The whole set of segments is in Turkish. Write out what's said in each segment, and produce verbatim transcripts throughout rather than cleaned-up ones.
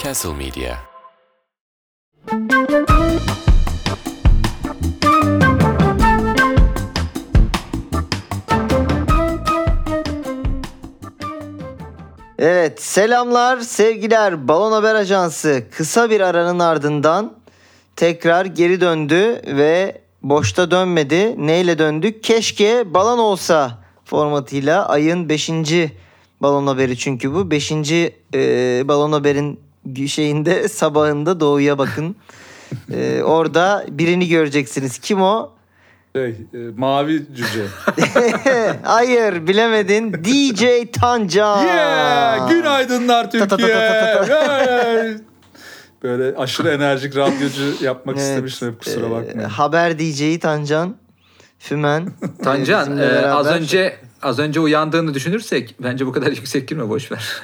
Castle Media. Evet, selamlar, sevgiler. Balon Haber Ajansı kısa bir aranın ardından tekrar geri döndü ve boşta dönmedi. Neyle döndük? Keşke balon olsa formatıyla. Ayın beşinci balon haberi çünkü bu. beşinci E, balon haberin şeyinde, sabahında Doğu'ya bakın. e, orada birini göreceksiniz. Kim o? Şey, e, mavi cüce. Hayır, bilemedin. D J Tancan. Yeah! Günaydınlar Türkiye. Yeah! Böyle aşırı enerjik radyocu yapmak Evet, istemiştim, hep kusura bakmayın. E, haber D J'yi Tancan Fümen. Tancan bizimle e, beraber. az önce az önce uyandığını düşünürsek bence bu kadar yüksek girme, boş ver.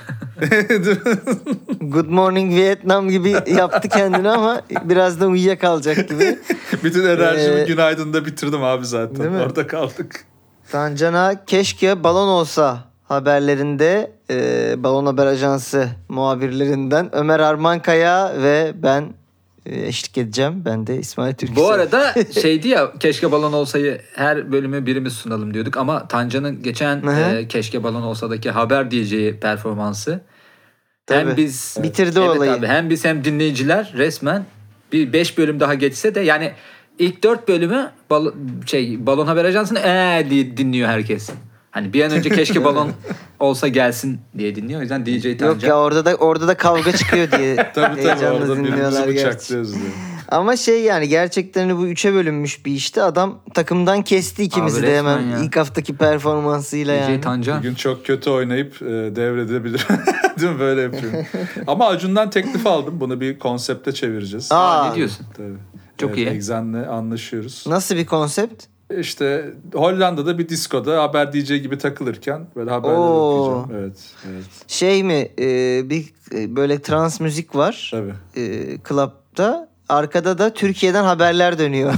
Good Morning Vietnam gibi yaptı kendini ama birazdan uyuyakalacak gibi. Bütün enerjimi Ee, günaydın'da bitirdim abi değil zaten. mi? Orada kaldık. Tancan'a keşke balon olsa haberlerinde e, Balon Haber Ajansı muhabirlerinden Ömer Armankaya ve ben e, eşlik edeceğim. Ben de İsmail Türküsev. Bu arada şeydi ya, keşke balon olsayı her bölümü birimiz sunalım diyorduk ama Tancan'ın geçen e, keşke balon olsadaki haber diyeceği performansı Tabii. hem biz bitirdi evet olayı. Abi, hem biz hem dinleyiciler resmen bir beş bölüm daha geçse de yani ilk dört bölümü bal- şey Balon Haber Ajansı'nı ee diye dinliyor herkes. Hani bir an önce keşke balon olsa gelsin diye dinliyor. O yüzden D J Tancan. Yok ya, orada da orada da kavga çıkıyor diye Tabii tabii, heyecanla orada birbirimizi dinliyorlar gerçi. bıçaklıyoruz diye. Ama şey, yani gerçekten hani bu üçe bölünmüş bir işti. Adam takımdan kesti ikimizi Abi de resmen hemen ya. ilk haftaki performansıyla D J yani. Tancan. Bugün çok kötü oynayıp e, devredebilir. Değil mi? Böyle yapıyorum. Ama Acun'dan teklif aldım. Bunu bir konsepte çevireceğiz. Aa, Aa, ne diyorsun? Tabii. Çok evet, iyi. Exen'le anlaşıyoruz. Nasıl bir konsept? İşte Hollanda'da bir diskoda haber D J gibi takılırken böyle haberler Oo. okuyacağım. Evet, evet. Şey mi, e, bir e, böyle trans müzik var Tabii. e, club'da. Arkada da Türkiye'den haberler dönüyor.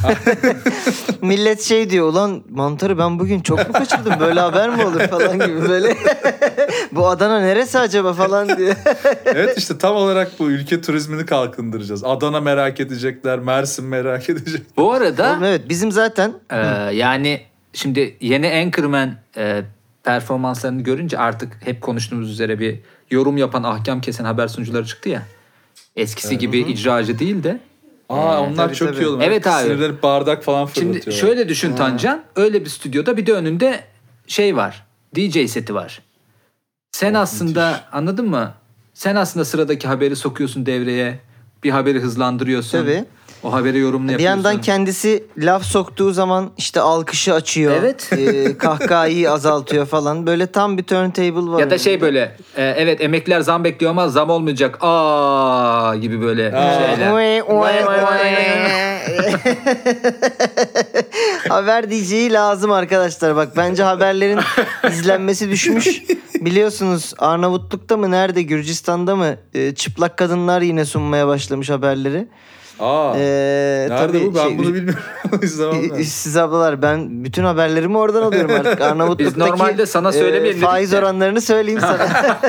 Millet şey diyor, ulan mantarı ben bugün çok mu kaçırdım, böyle haber mi olur falan gibi böyle. Bu Adana neresi acaba falan diye. Evet, işte tam olarak bu ülke turizmini kalkındıracağız. Adana merak edecekler, Mersin merak edecek. Bu arada Oğlum evet, bizim zaten Ee, yani şimdi yeni Anchorman e, performanslarını görünce artık hep konuştuğumuz üzere bir yorum yapan, ahkam kesen haber sunucuları çıktı ya. Eskisi gibi icracı değil de. Aa, onlar tabii, çok tabii. iyi olur. Evet abi. Sinirlenip bardak falan fırlatıyorlar. Şimdi şöyle düşün Tancan. Öyle bir stüdyoda bir de önünde şey var. D J seti var. Sen aslında müthiş. anladın mı? Sen aslında sıradaki haberi sokuyorsun devreye. Bir haberi hızlandırıyorsun. Tabii. O haberi yorumunu bir yapıyorsun. yandan kendisi laf soktuğu zaman işte alkışı açıyor. Evet. E, kahkahayı azaltıyor falan. Böyle tam bir turntable var. Ya da şey böyle e, evet emekliler zam bekliyor ama zam olmayacak. Aa gibi böyle şeyler. Haber diyeceği lazım arkadaşlar. Bak, bence haberlerin izlenmesi düşmüş. Biliyorsunuz Arnavutluk'ta mı nerede, Gürcistan'da mı e, çıplak kadınlar yine sunmaya başlamış haberleri. Aa, Ee, nerede tabii bu? Ben şey, bunu bilmiyorum. İzlemem lazım. Siz ablalar, ben bütün haberlerimi oradan alıyorum artık. Arnavutluk'taki Biz normalde sana söylemeyelim e, faiz dedik de. oranlarını söyleyeyim sana.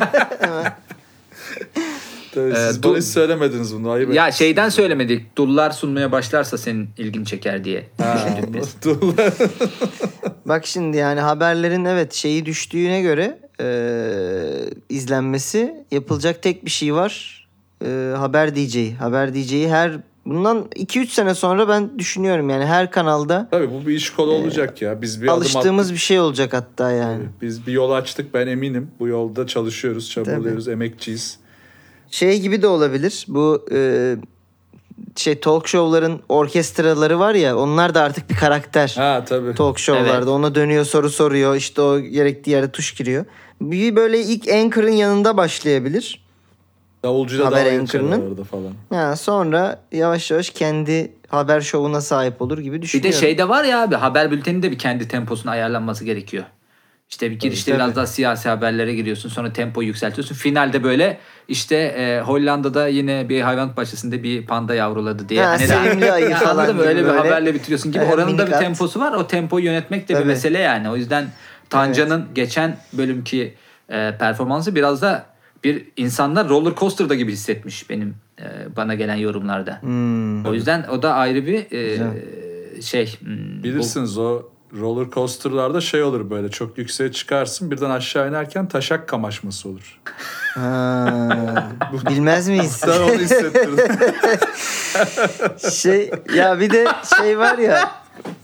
Tabii, siz Ee, bana du- hiç söylemediniz bunu. Ayıp Ya etmişsiniz. şeyden söylemedik. Dullar sunmaya başlarsa senin ilgin çeker diye Ha, düşündük biz. dullar. Bak şimdi, yani haberlerin evet şeyi düştüğüne göre e, izlenmesi, yapılacak tek bir şey var. E, haber diyeceği. Haber diyeceği her bundan iki üç sene sonra ben düşünüyorum yani her kanalda Tabii bu bir iş kolu olacak ya. Biz bir alıştığımız adım bir şey olacak hatta yani. attık. Biz bir yol açtık, ben eminim. Bu yolda çalışıyoruz, çabalıyoruz, emekçiyiz. Şey gibi de olabilir. Bu e, şey talk show'ların orkestraları var ya, onlar da artık bir karakter. Ha tabii. Talk show'larda Evet. ona dönüyor, soru soruyor, işte o gerektiği yerde tuş giriyor. Bir böyle ilk anchor'ın yanında başlayabilir. Davulcu da Haber davul anchor'ının. çalar orada falan. Ya sonra yavaş yavaş kendi haber şovuna sahip olur gibi Bir düşünüyorum. de şey de var ya abi, haber bülteninin de bir kendi temposuna ayarlanması gerekiyor. İşte bir girişte tabii. biraz daha siyasi haberlere giriyorsun, sonra tempoyu yükseltiyorsun. Finalde böyle işte e, Hollanda'da yine bir hayvanat bahçesinde bir panda yavruladı diye. Ha, Hani sevimli ayı Ya falan anladın mı? gibi Öyle bir böyle. haberle bitiriyorsun gibi. Evet, Oranın da minik bir at. temposu var. O tempoyu yönetmek de Tabii. bir mesele yani. O yüzden Tancan'ın geçen bölümki e, performansı biraz da bir insanlar roller coaster'da gibi hissetmiş benim e, bana gelen yorumlarda. Hmm. O yüzden o da ayrı bir e, şey. Hmm, Bilirsiniz bu... o roller coaster'larda şey olur böyle çok yükseğe çıkarsın birden aşağı inerken taşak kamaşması olur. Ha, bilmez miyiz? Ben onu hissettirdim. Şey ya bir de şey var ya.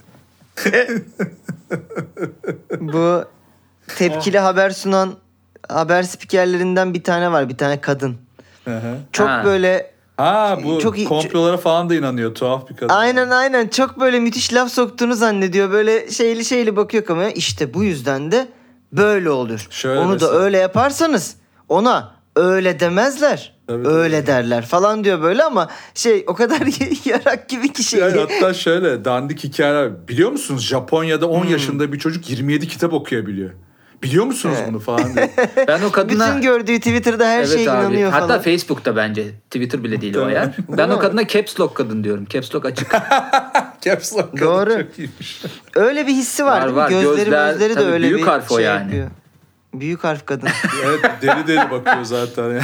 Bu tepkili haber sunan haber spikerlerinden bir tane var, bir tane kadın. Çok Ha. böyle Ha bu çok iyi- komplolara falan da inanıyor tuhaf bir kadın. aynen aynen çok böyle müthiş laf soktuğunu zannediyor. Böyle şeyli şeyli bakıyor kameraya. İşte bu yüzden de böyle olur. Şöyle Onu mesela. da öyle yaparsanız ona öyle demezler. Tabii, öyle tabii. derler falan diyor böyle ama şey o kadar yarak gibi ki şey. Yani hatta şöyle dandik hikayeler. Biliyor musunuz Japonya'da on yaşında bir çocuk yirmi yedi kitap okuyabiliyor. Biliyor musunuz bunu falan diyor. Ben o kadına... Bütün gördüğü Twitter'da her Evet şeye abi. inanıyor Hatta falan. Facebook'ta bence. Twitter bile değil o Tamam. ya. Ben o kadına caps lock kadın diyorum. Caps lock açık. Caps Lock kadın Doğru. çok iyiymiş. Öyle bir hissi var, Var, değil mi? var. Gözleri Gözler, gözleri de tabii öyle büyük bir harf o şey yani. yapıyor. Büyük harf kadın. Evet deli deli bakıyor zaten. Yani.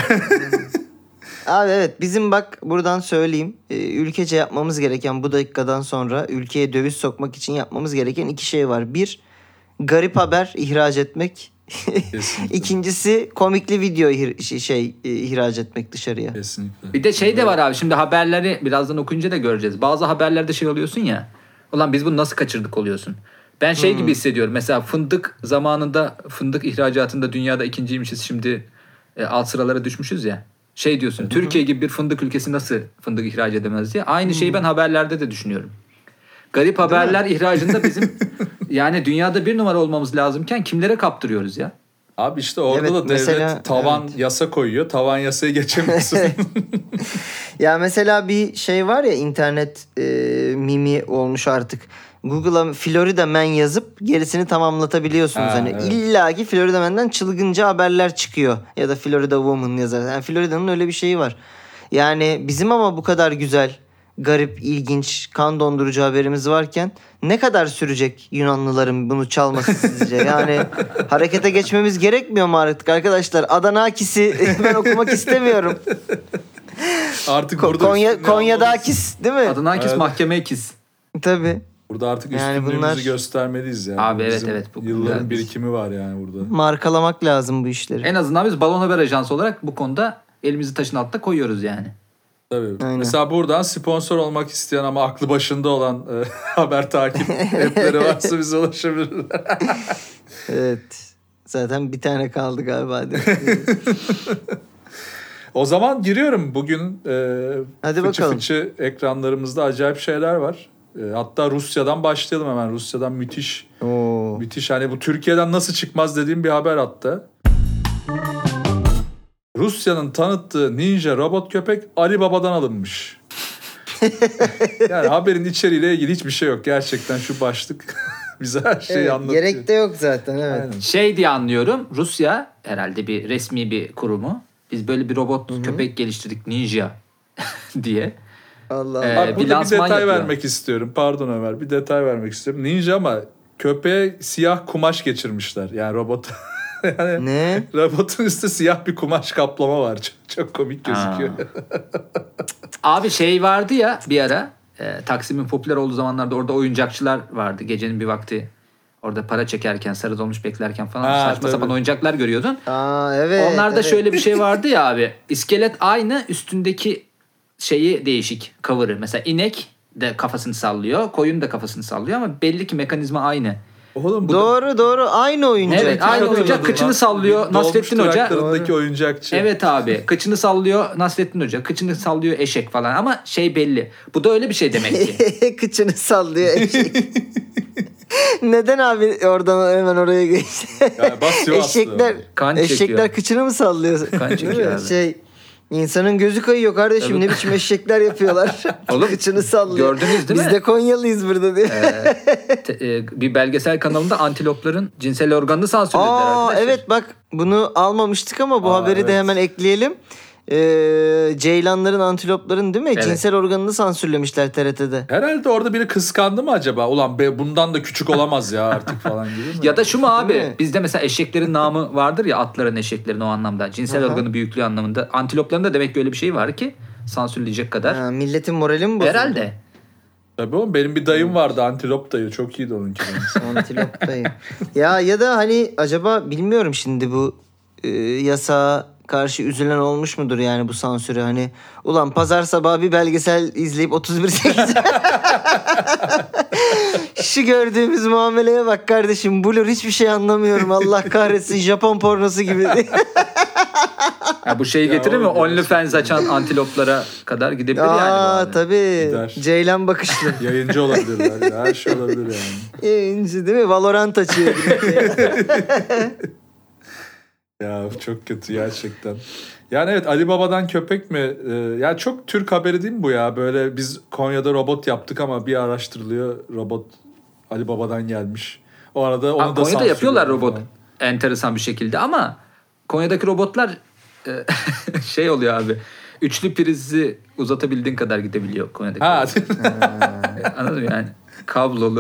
Abi evet bizim bak buradan söyleyeyim. Ee, ülkece yapmamız gereken bu dakikadan sonra ülkeye döviz sokmak için yapmamız gereken iki şey var. Bir, garip haber ihraç etmek. Kesinlikle. İkincisi komikli video ihra- şey, şey e, ihraç etmek dışarıya. Kesinlikle. Bir de şey de var abi. Şimdi haberleri birazdan okuyunca da göreceğiz. Bazı haberlerde şey oluyorsun ya. Ulan biz bunu nasıl kaçırdık oluyorsun. Ben şey Hmm. gibi hissediyorum. Mesela fındık zamanında fındık ihracatında dünyada ikinciymişiz. Şimdi e, alt sıralara düşmüşüz ya. Şey diyorsun. Türkiye gibi bir fındık ülkesi nasıl fındık ihraç edemez diye. Aynı şeyi ben haberlerde de düşünüyorum. Garip haberler ihracında bizim yani dünyada bir numara olmamız lazımken kimlere kaptırıyoruz ya? Abi işte orada Evet, da devlet mesela- tavan evet. yasa koyuyor. Tavan yasayı geçemiyorsun. Ya mesela bir şey var ya internet e, mimi olmuş artık. Google'a Florida Man yazıp gerisini tamamlatabiliyorsunuz. Ha, hani evet. illa ki Florida Man'den çılgınca haberler çıkıyor. Ya da Florida Woman yazar. Yani Florida'nın öyle bir şeyi var. Yani bizim ama bu kadar güzel, garip, ilginç, kan dondurucu haberimiz varken ne kadar sürecek Yunanlıların bunu çalması sizce? Yani harekete geçmemiz gerekmiyor mu artık arkadaşlar? Adanakis'i ben okumak istemiyorum. Artık Ko- burada Konya, üstünlüğü almalıyız. Konya'dakis değil mi? Adınakis Evet. mahkemekis. Tabii. Burada artık Yani üstünlüğümüzü bunlar- göstermeliyiz yani. Abi evet, Bizim evet, bu- Yılların evet. birikimi var yani burada. Markalamak lazım bu işleri. En azından biz Balon Haber Ajansı olarak bu konuda elimizi taşın altına koyuyoruz yani. Tabii. Aynen. Mesela buradan sponsor olmak isteyen ama aklı başında olan e, haber takip app'leri varsa bize ulaşabilirler. Evet. Zaten bir tane kaldı galiba. O zaman giriyorum. Bugün e, Hadi fıçı bakalım. fıçı ekranlarımızda acayip şeyler var. E, hatta Rusya'dan başlayalım hemen. Rusya'dan müthiş Oo. müthiş hani bu Türkiye'den nasıl çıkmaz dediğim bir haber hatta. Rusya'nın tanıttığı ninja robot köpek Ali Baba'dan alınmış. Yani haberin içeriğiyle ilgili hiçbir şey yok. Gerçekten şu başlık bize her şeyi Evet, anlatıyor. gerek de yok zaten evet. Aynen. Şey diye anlıyorum. Rusya herhalde bir resmi bir kurumu. Biz böyle bir robot köpek geliştirdik ninja diye. Allah Ee, Allah. Abi bir burada bir lansman detay yapıyor. vermek istiyorum. Pardon Ömer. Bir detay vermek istiyorum. Ninja ama köpeğe siyah kumaş geçirmişler. Yani robot. yani Ne? robotun üstü siyah bir kumaş kaplama var. Çok, çok komik gözüküyor. Abi şey vardı ya bir ara. E, Taksim'in popüler olduğu zamanlarda orada oyuncakçılar vardı. Gecenin bir vakti orada para çekerken, sarı dolmuş beklerken falan Ha, saçma tabii. sapan oyuncaklar görüyordun. Aa evet. Onlarda evet. şöyle bir şey vardı ya abi. İskelet aynı, üstündeki şeyi değişik, cover'ı. Mesela inek de kafasını sallıyor, koyun da kafasını sallıyor ama belli ki mekanizma aynı. Oğlum bu Doğru doğru aynı oyuncak. Evet, aynı Çok oyuncak. hatırladım Kıçını lan. sallıyor Dolmuş Nasrettin Hoca. traktöründeki oyuncakçı. Evet abi. Kıçını sallıyor Nasrettin Hoca. Kıçını sallıyor eşek falan ama şey belli. Bu da öyle bir şey demek ki. Kıçını sallıyor eşek. Neden abi oradan hemen oraya geçti? Yani bas Sivaslı. Eşekler, Kan eşekler çekiyor. kıçını mı sallıyor? Kan Değil çekiyor mi? abi. Şey, insanın gözü kayıyor kardeşim. Evet. Ne biçim eşekler yapıyorlar. Oğlum, Kıçını sallıyor. gördünüz değil Biz mi? de Konyalıyız burada diye. Te- e, bir belgesel kanalında antilopların cinsel organını sansürlediler Aa arkadaşlar. evet bak bunu almamıştık ama bu Aa, haberi de evet. hemen ekleyelim. Ee, ceylanların, antilopların değil mi? Evet. Cinsel organını sansürlemişler T R T'de. Herhalde orada biri kıskandı mı acaba? Ulan be bundan da küçük olamaz ya artık falan gibi mi? Ya da şu mu Değil abi? mi? Bizde mesela eşeklerin namı vardır ya, atların, eşeklerin o anlamda. Cinsel Aha. organı büyüklüğü anlamında. Antilopların da demek ki öyle bir şey var ki sansürleyecek kadar. Ha, milletin morali mi bozuldu? Herhalde. Tabii oğlum, benim bir dayım vardı, antilop dayı. Çok iyiydi onunki. Antilop dayı. Ya ya da hani acaba bilmiyorum şimdi bu e, yasağa karşı üzülen olmuş mudur yani bu sansürü, hani ulan pazar sabahı bir belgesel izleyip otuz bir sekiz şu gördüğümüz muameleye bak kardeşim, blur hiçbir şey anlamıyorum, Allah kahretsin, Japon pornosu gibi. Ya bu şeyi Ya getirir mi? oğlum, OnlyFans açan antiloplara kadar gidebilir yani bu Aa abi. tabii. Gider. Ceylan bakışlı. Yayıncı olabilirler ya. Her şey olabilir yani. Yayıncı değil mi? Valorant açıyor. Ya çok kötü gerçekten. Yani evet, Ali Baba'dan köpek mi? Ee, ya çok Türk haberi değil mi bu ya? Böyle biz Konya'da robot yaptık ama bir araştırılıyor. Robot Ali Baba'dan gelmiş. O arada onu Aa, da Konya'da sansürlüyor yapıyorlar robot falan. enteresan bir şekilde ama Konya'daki robotlar e, şey oluyor abi. Üçlü prizi uzatabildiğin kadar gidebiliyor Konya'daki. Ha. robot. Anladın mı yani? Kablolu.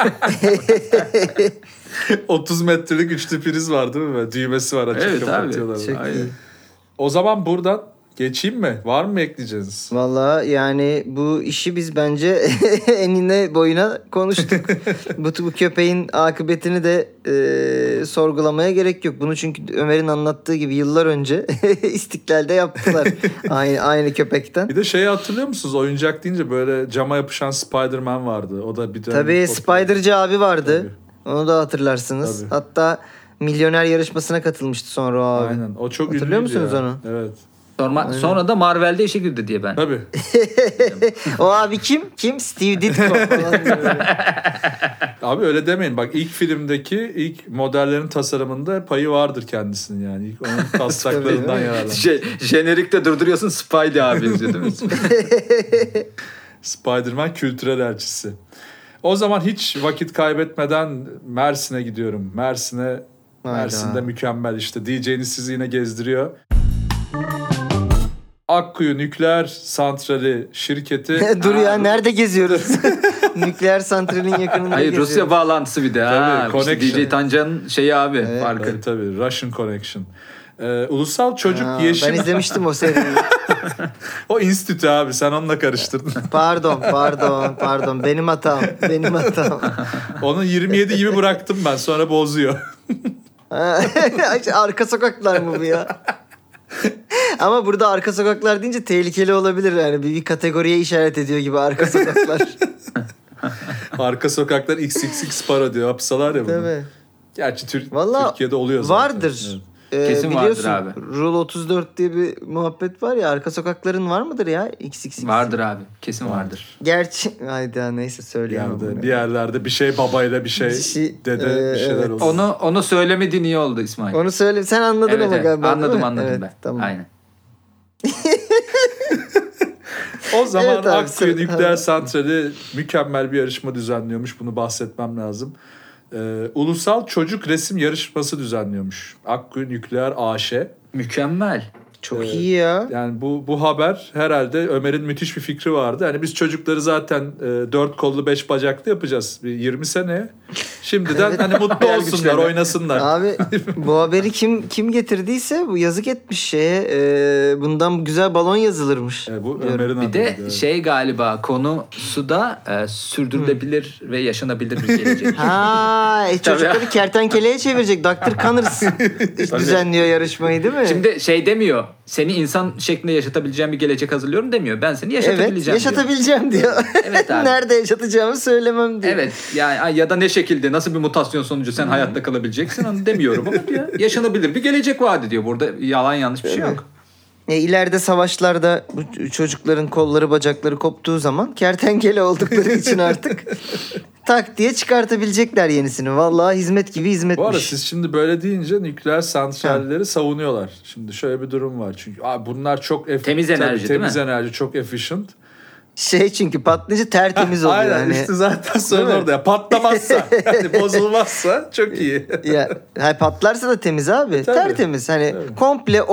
otuz metrelik üçlü priz var değil mi? Böyle düğmesi var, açıp Evet abi. kapatıyorlar. Çok Aynen. iyi. O zaman buradan geçeyim mi? Var mı ekleyeceğiniz? Valla yani bu işi biz bence enine boyuna konuştuk. bu, bu köpeğin akıbetini de e, sorgulamaya gerek yok. Bunu çünkü Ömer'in anlattığı gibi yıllar önce İstiklal'de yaptılar. aynı aynı köpekten. Bir de şeyi hatırlıyor musunuz? Oyuncak deyince böyle cama yapışan Spider-Man vardı. O da bir dönem Tabii çok- Spider'cı abi vardı. Onu da hatırlarsınız. Tabii. Hatta milyoner yarışmasına katılmıştı sonra o abi. Aynen. O çok Hatırlıyor ünlüydü musunuz ya. onu? Evet. Sonra, sonra da Marvel'de işe girdi diye ben. Tabii. O abi kim? Kim? Steve Ditko falan diyor böyle. Abi öyle demeyin. Bak ilk filmdeki ilk modellerin tasarımında payı vardır kendisinin yani. İlk onun taslaklarından Tabii, yararlan. Şey, jenerikte durduruyorsun, Spidey abi yazıyor değil mi? Spider-Man kültürel elçisi. O zaman hiç vakit kaybetmeden Mersin'e gidiyorum. Mersin'e Hayda. Mersin'de mükemmel işte. D J'niz sizi yine gezdiriyor. Akkuyu Nükleer Santrali şirketi. Dur ya, nerede geziyoruz? Nükleer santralin yakınında Hayır, geziyoruz. Rusya bağlantısı bir de. Ha, Tabii, işte D connection. J Tancan'ın şeyi abi Evet. farkı. Tabii, tabii Russian Connection. Ee, Ulusal Çocuk Ha, Yeşim. ben izlemiştim o seriyi. O enstitü abi, sen onunla karıştırdın. Pardon, pardon, pardon. Benim hatam, benim hatam. Onu yirmi yedi gibi bıraktım ben, sonra bozuyor. Arka sokaklar mı bu ya? Ama burada arka sokaklar deyince tehlikeli olabilir yani, bir, bir kategoriye işaret ediyor gibi arka sokaklar. Arka sokaklar X X X parodi yapsalar ya bunu. Tabii. Gerçi Tür- Vallahi Türkiye'de oluyor zaten. vardır. Evet. Ee, Kesin vardır biliyorsun, abi. Rule otuz dört diye bir muhabbet var ya, arka sokakların var mıdır ya? X X X. Vardır abi. Kesin vardır. Gerçi hayda, neyse Bir, söyleyemem yerde, bunu. bir yerlerde bir şey babayla bir şey, Bir şey, dede e, bir şeyler evet. oluyor. Onu onu söylemediğin iyi oldu İsmail. Onu söyle, sen anladın evet, ama evet. galiba. değil Anladım mi? anladım Evet, ben. Tamam. Aynen. O zaman Evet abi, Akkuyu söyle- Nükleer abi. Santrali mükemmel bir yarışma düzenliyormuş. Bunu bahsetmem lazım. Ee, Ulusal Çocuk Resim Yarışması düzenliyormuş. Akkuyu Nükleer A Ş. Mükemmel. Çok Evet. iyi ya. Yani bu bu haber herhalde Ömer'in müthiş bir fikri vardı. Hani biz çocukları zaten e, dört kollu beş bacaklı yapacağız bir yirmi seneye. Şimdiden hani mutlu Hayal olsunlar, güçlerine. oynasınlar. Abi bu haberi kim kim getirdiyse bu yazık etmiş şeye. E, bundan güzel balon yazılırmış. E, bu Diyorum. Ömer'in Bir de haberi, evet. şey galiba konusu da e, sürdürülebilir ve yaşanabilir bir gelecek. Ha, e, çocukları kertenkeleye çevirecek. doktor Connors düzenliyor yarışmayı değil mi? Şimdi şey demiyor. Seni insan şeklinde yaşatabileceğim bir gelecek hazırlıyorum demiyor. Ben seni evet, yaşatabileceğim diyor. yaşatabileceğim diyor. Evet abi. Nerede yaşatacağımı söylemem diyor. Evet yani ya da ne şekilde nasıl bir mutasyon sonucu sen hayatta kalabileceksin onu demiyorum ama diyor. Yaşanabilir bir gelecek vaat ediyor. Burada yalan yanlış bir şey yok. E, ileride savaşlarda bu çocukların kolları bacakları koptuğu zaman kertenkele oldukları için artık tak diye çıkartabilecekler yenisini. Vallahi hizmet gibi hizmetmiş. Bu arada siz şimdi böyle deyince nükleer santralleri savunuyorlar. Şimdi şöyle bir durum var. Çünkü abi bunlar çok eff- Temiz tabii, enerji, değil temiz mi? enerji, çok efficient. Şey, çünkü patlayınca tertemiz oluyor. Aynen hani. işte zaten Değil sorun mi? orada. Ya, patlamazsa, yani bozulmazsa çok iyi. Ya hay patlarsa da temiz abi. Tabii. Tertemiz. Hani Tabii. komple o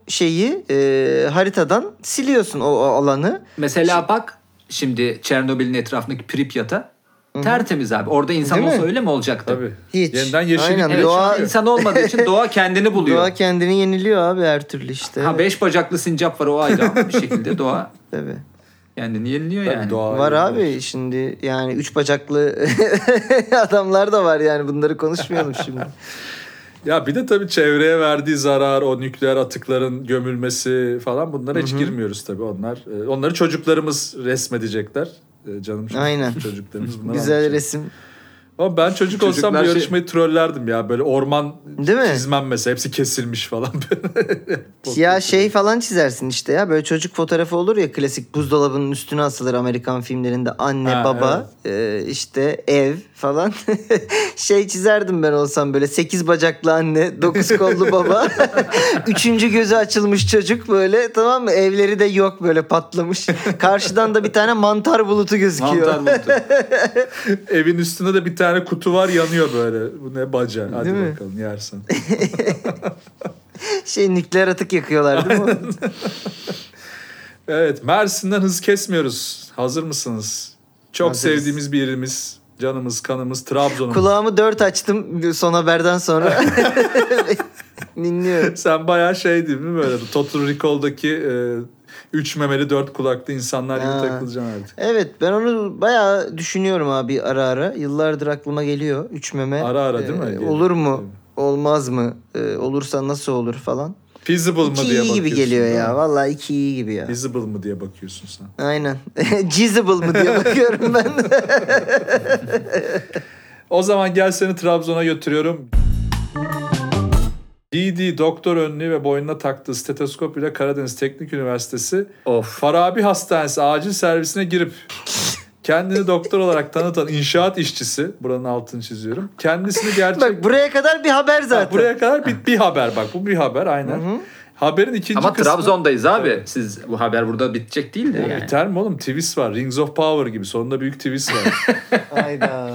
şeyi e, haritadan siliyorsun o, o alanı. Mesela bak şimdi Çernobil'in etrafındaki Pripyat'a tertemiz abi. Orada insan Değil mi? olsa öyle mi olacaktı? Tabii. Hiç. Yeniden yeşillik. Aynen, Evet, doğa- şu an insan olmadığı için doğa kendini buluyor. Doğa kendini yeniliyor abi her türlü işte. Ha beş bacaklı sincap var o ayrı ama bir şekilde doğa Tabii. kendini yeniliyor Tabii, yani. doğa- Var Aynen. abi şimdi yani üç bacaklı adamlar da var yani bunları konuşmayalım şimdi. Ya bir de tabii çevreye verdiği zarar, o nükleer atıkların gömülmesi falan bunlara hiç girmiyoruz tabii. Onlar e, onları çocuklarımız resmedecekler. E, Canım şu Aynen. çocuklarımız bunları Güzel anlatacak. resim. Ama ben çocuk olsam Çocuklar bu şey- yarışmayı trollerdim ya. Böyle orman Değil mi? çizmem mesela. Hepsi kesilmiş falan. Ya şey falan çizersin işte ya böyle çocuk fotoğrafı olur ya klasik buzdolabının üstüne asılır Amerikan filmlerinde anne Ha, baba e, işte ev falan şey çizerdim ben olsam böyle sekiz bacaklı anne dokuz kollu baba üçüncü gözü açılmış çocuk böyle tamam mı evleri de yok böyle patlamış karşıdan da bir tane mantar bulutu gözüküyor. Mantar bulutu. Evin üstünde de bir tane kutu var yanıyor böyle. Bu ne baca. Hadi Değil mi? bakalım yersin. Şey nükleer atık yakıyorlar değil mi? Evet, Mersin'den hız kesmiyoruz. Hazır mısınız? Çok Hazırız. sevdiğimiz bir yerimiz, canımız, kanımız, Trabzon'umuz. Kulağımı dört açtım son haberden sonra. Dinliyorum. Sen bayağı şey değil mi böyle Total Recall'daki e, üç memeli dört kulaklı insanlar gibi Ha. takılacaksın artık. Evet ben onu bayağı düşünüyorum abi ara ara. Yıllardır aklıma geliyor. Üç meme. Ara ara değil mi? e, Geliyor. olur mu? Tabii. Olmaz mı? E, olursa nasıl olur falan. Feasible mı İki diye iyi bakıyorsun. gibi geliyor değil ya. mi? Vallahi iki iyi gibi ya. Feasible mı diye bakıyorsun sen. Aynen. Jizzable mı diye bakıyorum ben. O zaman gel seni Trabzon'a götürüyorum. Giydiği doktor önlüğü ve boynuna taktığı steteskop ile Karadeniz Teknik Üniversitesi Of. Farabi Hastanesi acil servisine girip kendini doktor olarak tanıtan inşaat işçisi, buranın altını çiziyorum. Kendisini gerçek... Bak buraya kadar bir haber zaten. Ha, buraya kadar bir, bir haber bak. Bu bir haber aynen. Haberin ikinci Ama kısmı... Trabzon'dayız abi. Evet. Siz bu haber burada bitecek değil de Oğlum yani. biter mi oğlum? Twist var. Rings of Power gibi. Sonunda büyük twist var. Hayda.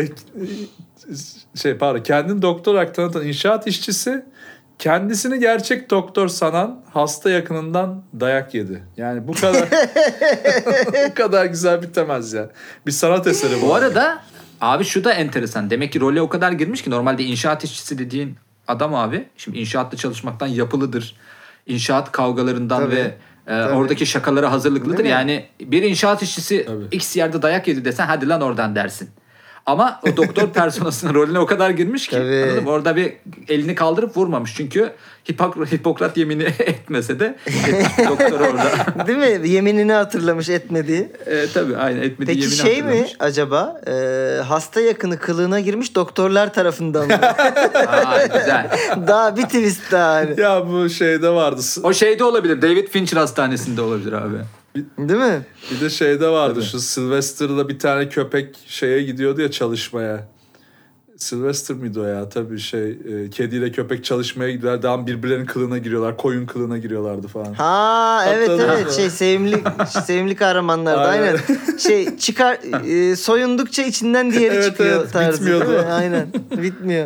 şey pardon. Kendini doktor olarak tanıtan inşaat işçisi kendisini gerçek doktor sanan hasta yakınından dayak yedi. Yani bu kadar bu kadar güzel bitemez ya. Bir sanat eseri bu. Bu arada abi şu da enteresan. Demek ki role o kadar girmiş ki normalde inşaat işçisi dediğin adam abi şimdi inşaatta çalışmaktan yapılıdır. İnşaat kavgalarından Tabii. ve e, oradaki şakalara hazırlıklıdır. Değil mi? Yani bir inşaat işçisi Tabii. X yerde dayak yedi desen hadi lan oradan dersin. Ama o doktor personasının rolüne o kadar girmiş ki Tabii. anladın mı? Orada bir elini kaldırıp vurmamış. Çünkü Hipok- Hipokrat yemini etmese de etmiş bir doktor orada. Değil mi? Yeminini hatırlamış etmediği. e, tabii aynen etmediği Peki yemini şey mi hatırlamış. acaba e, hasta yakını kılığına girmiş doktorlar tarafından mı? Aa, güzel. Daha bir twist daha hani. Ya bu şeyde vardı. O şeyde olabilir. David Fincher hastanesinde olabilir abi. Değil mi? Bir de şeyde vardı. Tabii. Şu Sylvester'da bir tane köpek şeye gidiyordu ya çalışmaya. Sylvester mıydı o ya? Tabii şey e, kediyle köpek çalışmaya gidiyorlar. Daha birbirlerinin kılığına giriyorlar. Koyun kılığına giriyorlardı falan. Ha evet Hatırladım. evet şey sevimli sevimli kahramanlardı aynen. Aynen. Şey çıkar e, soyundukça içinden diğeri Evet, çıkıyor evet, tarzı. bitmiyordu. Değil mi? Aynen bitmiyor.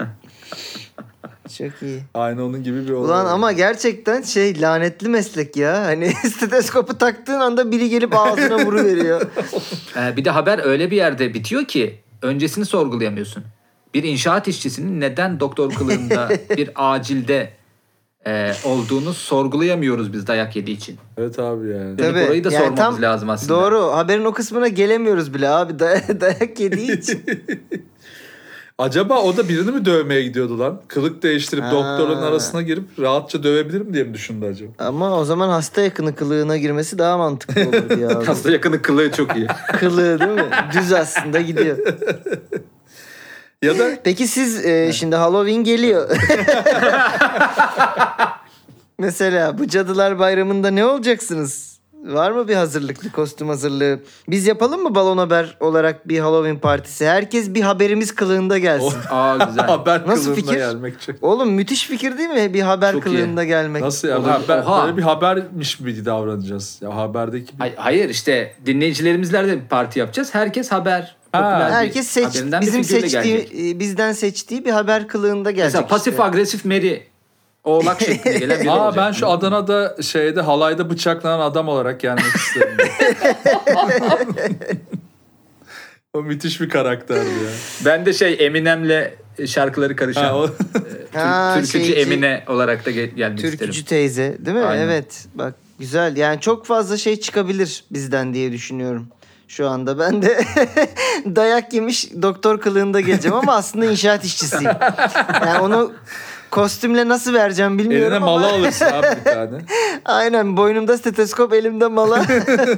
Çok iyi. Aynı onun gibi bir olay. Ulan ama gerçekten şey lanetli meslek ya. Hani stetoskopu taktığın anda biri gelip ağzına vuruveriyor. Ee, bir de haber öyle bir yerde bitiyor ki öncesini sorgulayamıyorsun. Bir inşaat işçisinin neden doktor kılığında bir acilde e, olduğunu sorgulayamıyoruz biz dayak yediği için. Evet abi yani. Tabii. Burayı da sormamız lazım aslında. Doğru. Haberin o kısmına gelemiyoruz bile abi. Day- dayak yediği için. Acaba o da birini mi dövmeye gidiyordu lan? Kılık değiştirip Ha. doktorun arasına girip rahatça dövebilirim diye mi düşündü acaba? Ama o zaman hasta yakını kılığına girmesi daha mantıklı olurdu ya. Hasta yakını kılığı çok iyi. Kılığı değil mi? Düz aslında gidiyor. Ya da Peki siz e, şimdi Halloween geliyor. Mesela bu Cadılar Bayramı'nda ne olacaksınız? Var mı bir hazırlık, bir kostüm hazırlığı? Biz yapalım mı Balon Haber olarak bir Halloween partisi? Herkes bir haberimiz kılığında gelsin. Aa güzel. haber Nasıl kılığına fikir? gelmek çok. Oğlum müthiş fikir değil mi? Bir haber Çok iyi. kılığında gelmek. Nasıl ya? Olur. Haber, Oha. böyle bir habermiş gibi davranacağız. Ya haberdeki bir... Hay- Hayır işte dinleyicilerimizle de bir parti yapacağız. Herkes haber. popüler bir Herkes seç, haberinden bir bizim figürle seçtiği, gelecek. e, bizden seçtiği bir haber kılığında gelecek. Mesela pasif işte. agresif Mary Oğlak şeklinde gelen biri Aa olacak. ben şu Adana'da şeyde halayda bıçaklanan adam olarak gelmek isterim. O müthiş bir karakterdi ya. Ben de şey Eminem'le şarkıları karışan Ha, o- Tür- Ha, türkücü şeyci- Emine olarak da gel- gelmek Türkücü isterim. teyze değil mi? Aynen. Evet. Bak güzel. Yani çok fazla şey çıkabilir bizden diye düşünüyorum. Şu anda ben de dayak yemiş doktor kılığında geleceğim ama aslında inşaat işçisiyim. Yani onu kostümle nasıl vereceğim bilmiyorum Eline ama. mala alırsın abi bir tane. Aynen, boynumda steteskop, elimde mala.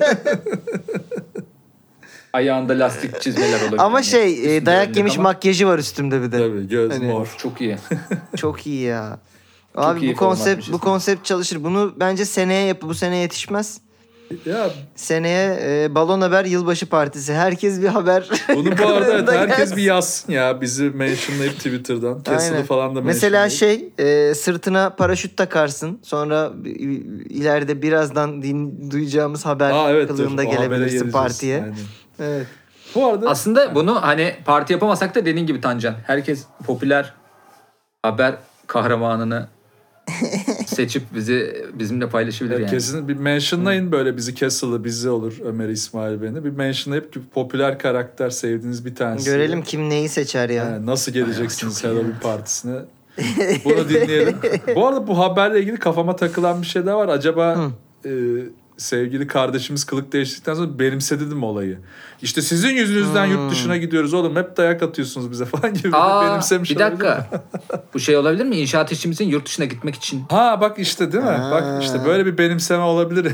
Ayağında lastik çizmeler olabilir. Ama Yani şey e, üstünde dayak önlük yemiş ama makyajı var üstümde bir de. Tabii göz Hani- mor. çok iyi. Çok iyi ya. Abi iyi bu konsept formatmışız. bu konsept çalışır. Bunu bence seneye yapı bu sene yetişmez. Ya Seneye e, Balon Haber yılbaşı partisi. Herkes bir haber. bunu bu arada evet, herkes gelsin. bir yazsın ya. Bizi mentionlayıp Twitter'dan. Castle'ı Aynen. falan da Mesela mentionlayıp. şey e, sırtına paraşüt takarsın. Sonra i- ileride birazdan din, duyacağımız haber Aa, evet, kılığında dur. O habere gelebilirsin geleceğiz. partiye. Aynen. Evet. Bu arada Aslında bunu hani parti yapamasak da dediğin gibi Tancan. Herkes popüler haber kahramanını seçip bizi bizimle paylaşabilir evet, yani. kesin bir mentionlayın böyle bizi Castle'ı, bizi olur Ömer İsmail beni. Bir mentionlayıp ki popüler karakter sevdiğiniz bir tanesi. Görelim kim neyi seçer ya. Yani nasıl geleceksiniz Halloween partisine? Bunu dinleyelim. Bu arada bu haberle ilgili kafama takılan bir şey daha var. Acaba e, sevgili kardeşimiz kılık değiştirdikten sonra benimsedi mi olayı? İşte sizin yüzünüzden yurt dışına gidiyoruz oğlum. Hep dayak atıyorsunuz bize falan gibi. Aa, benimsemiş bir olabilir mi? dakika. Bu şey olabilir mi? İnşaat işçimizin yurt dışına gitmek için. Ha bak işte değil mi? Ha. Bak işte böyle bir benimseme olabilir.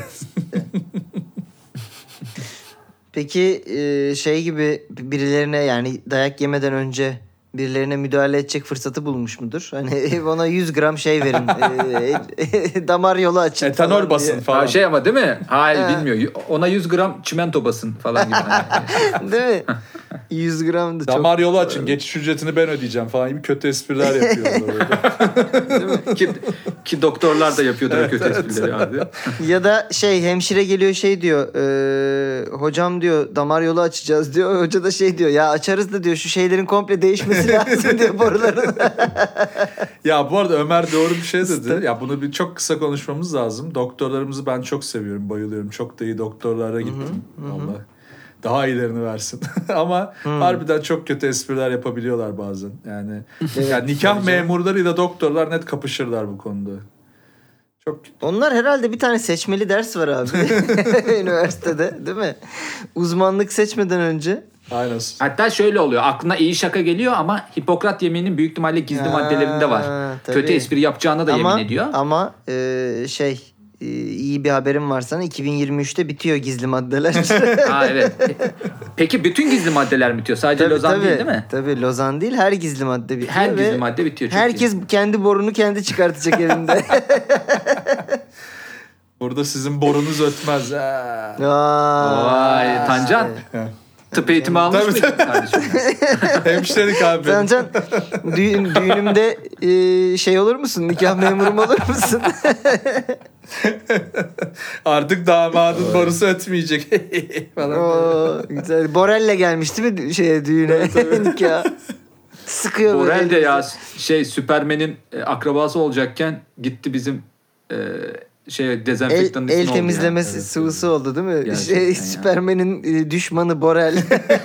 Peki e, şey gibi birilerine, yani dayak yemeden önce birilerine müdahale edecek fırsatı bulmuş mudur? Hani ona yüz gram şey verin. e, damar yolu açın. Etanol falan basın diye. falan. Ha, şey ama değil mi? Hayır Ha. bilmiyor. Ona yüz gram çimento basın falan gibi. Hani. Değil mi? yüz gram da çok. Damar yolu açın. Geçiş ücretini ben ödeyeceğim falan gibi kötü espriler yapıyorlar orada. Değil mi? Ki, ki doktorlar da yapıyordur o kötü esprileri abi. Ya da şey, hemşire geliyor şey diyor. e, hocam diyor damar yolu açacağız diyor. Hoca da şey diyor, ya açarız da diyor şu şeylerin komple değişmesi lazım diyor, boruların. Ya bu arada Ömer doğru bir şey dedi. Ya bunu bir çok kısa konuşmamız lazım. Doktorlarımızı ben çok seviyorum, bayılıyorum. Çok da iyi doktorlara gittim. Vallahi. Daha iyilerini versin. Ama harbiden çok kötü espriler yapabiliyorlar bazen. Yani, yani nikah memurlarıyla doktorlar net kapışırlar bu konuda. Çok Onlar herhalde bir tane seçmeli ders var abi. Üniversitede değil mi? Uzmanlık seçmeden önce. aynen. Hatta şöyle oluyor. Aklına iyi şaka geliyor ama Hipokrat yemininin büyük ihtimalle gizli Ha, maddelerinde var. tabii. Kötü espri yapacağına da ama, yemin ediyor. Ama e, şey e, iyi bir haberim var sana. iki bin yirmi üçte bitiyor gizli maddeler. Ha evet. Peki bütün gizli maddeler mi bitiyor? Sadece Tabii, Lozan tabii. değil değil mi? Tabii Lozan değil, her gizli madde bitiyor. Her ve gizli madde bitiyor. Çok herkes iyi. kendi borunu kendi çıkartacak elinde. Burada sizin borunuz ötmez. Ha. Vay Tancan. Tıp eğitimi almış Tabii, mıydın kardeşim? Hemşirelik abi. Tancan, düğün, düğünümde e, şey olur musun? Nikah memurum olur musun? Artık damadın borusu ötmeyecek. falan. Oo, güzel. Borel'le gelmiş değil mi şeye, düğüne? Nikah. Sıkıyor böyle. Borel de ya şey Süpermen'in e, akrabası olacakken gitti bizim e, şey El, dezenfektanın ismi el oldu temizlemesi Evet, sıvısı oldu değil mi? Gerçekten Şey, ya. Süpermen'in e, düşmanı Borel.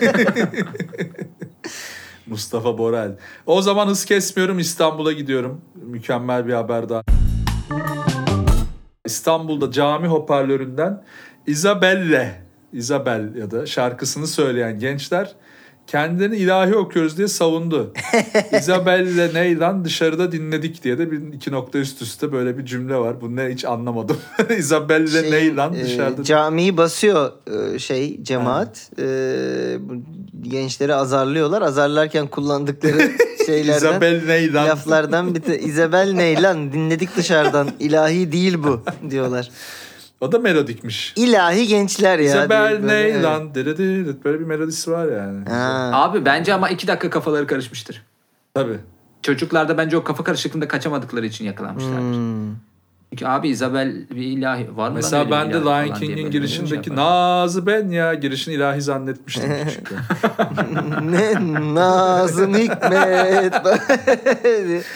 Mustafa Borel. O zaman hız kesmiyorum, İstanbul'a gidiyorum. Mükemmel bir haber daha. İstanbul'da cami hoparlöründen Isabelle, Isabel ya da şarkısını söyleyen gençler kendilerini ilahi okuyoruz diye savundu. Isabelle ney lan dışarıda dinledik diye de bir iki nokta üst üste böyle bir cümle var. Bu ne hiç anlamadım. Isabelle Şey, ney lan e, dışarıda. camiyi basıyor e, şey cemaat. E, bu gençleri azarlıyorlar. Azarlarken kullandıkları şeylerden, Isabelle ney lan. laflardan bir de Isabel ney lan dinledik dışarıdan. İlahi değil bu diyorlar. O da melodikmiş. İlahi gençler ya. Isabel diye böyle, ney evet. lan. Dırıdı. Böyle bir melodisi var yani. Ha. Abi bence ama iki dakika kafaları karışmıştır. Tabii. Çocuklar da bence o kafa karışıklığında kaçamadıkları için yakalanmışlardır. Hmm. Çünkü abi Isabel bir ilahi var mı? Mesela lan öyle ben bir de ilahi Lion falan diye King'in böyle girişindeki şey yapar. Nazı ben ya girişini ilahi zannetmiştim küçükken. Ne Nazım Hikmet.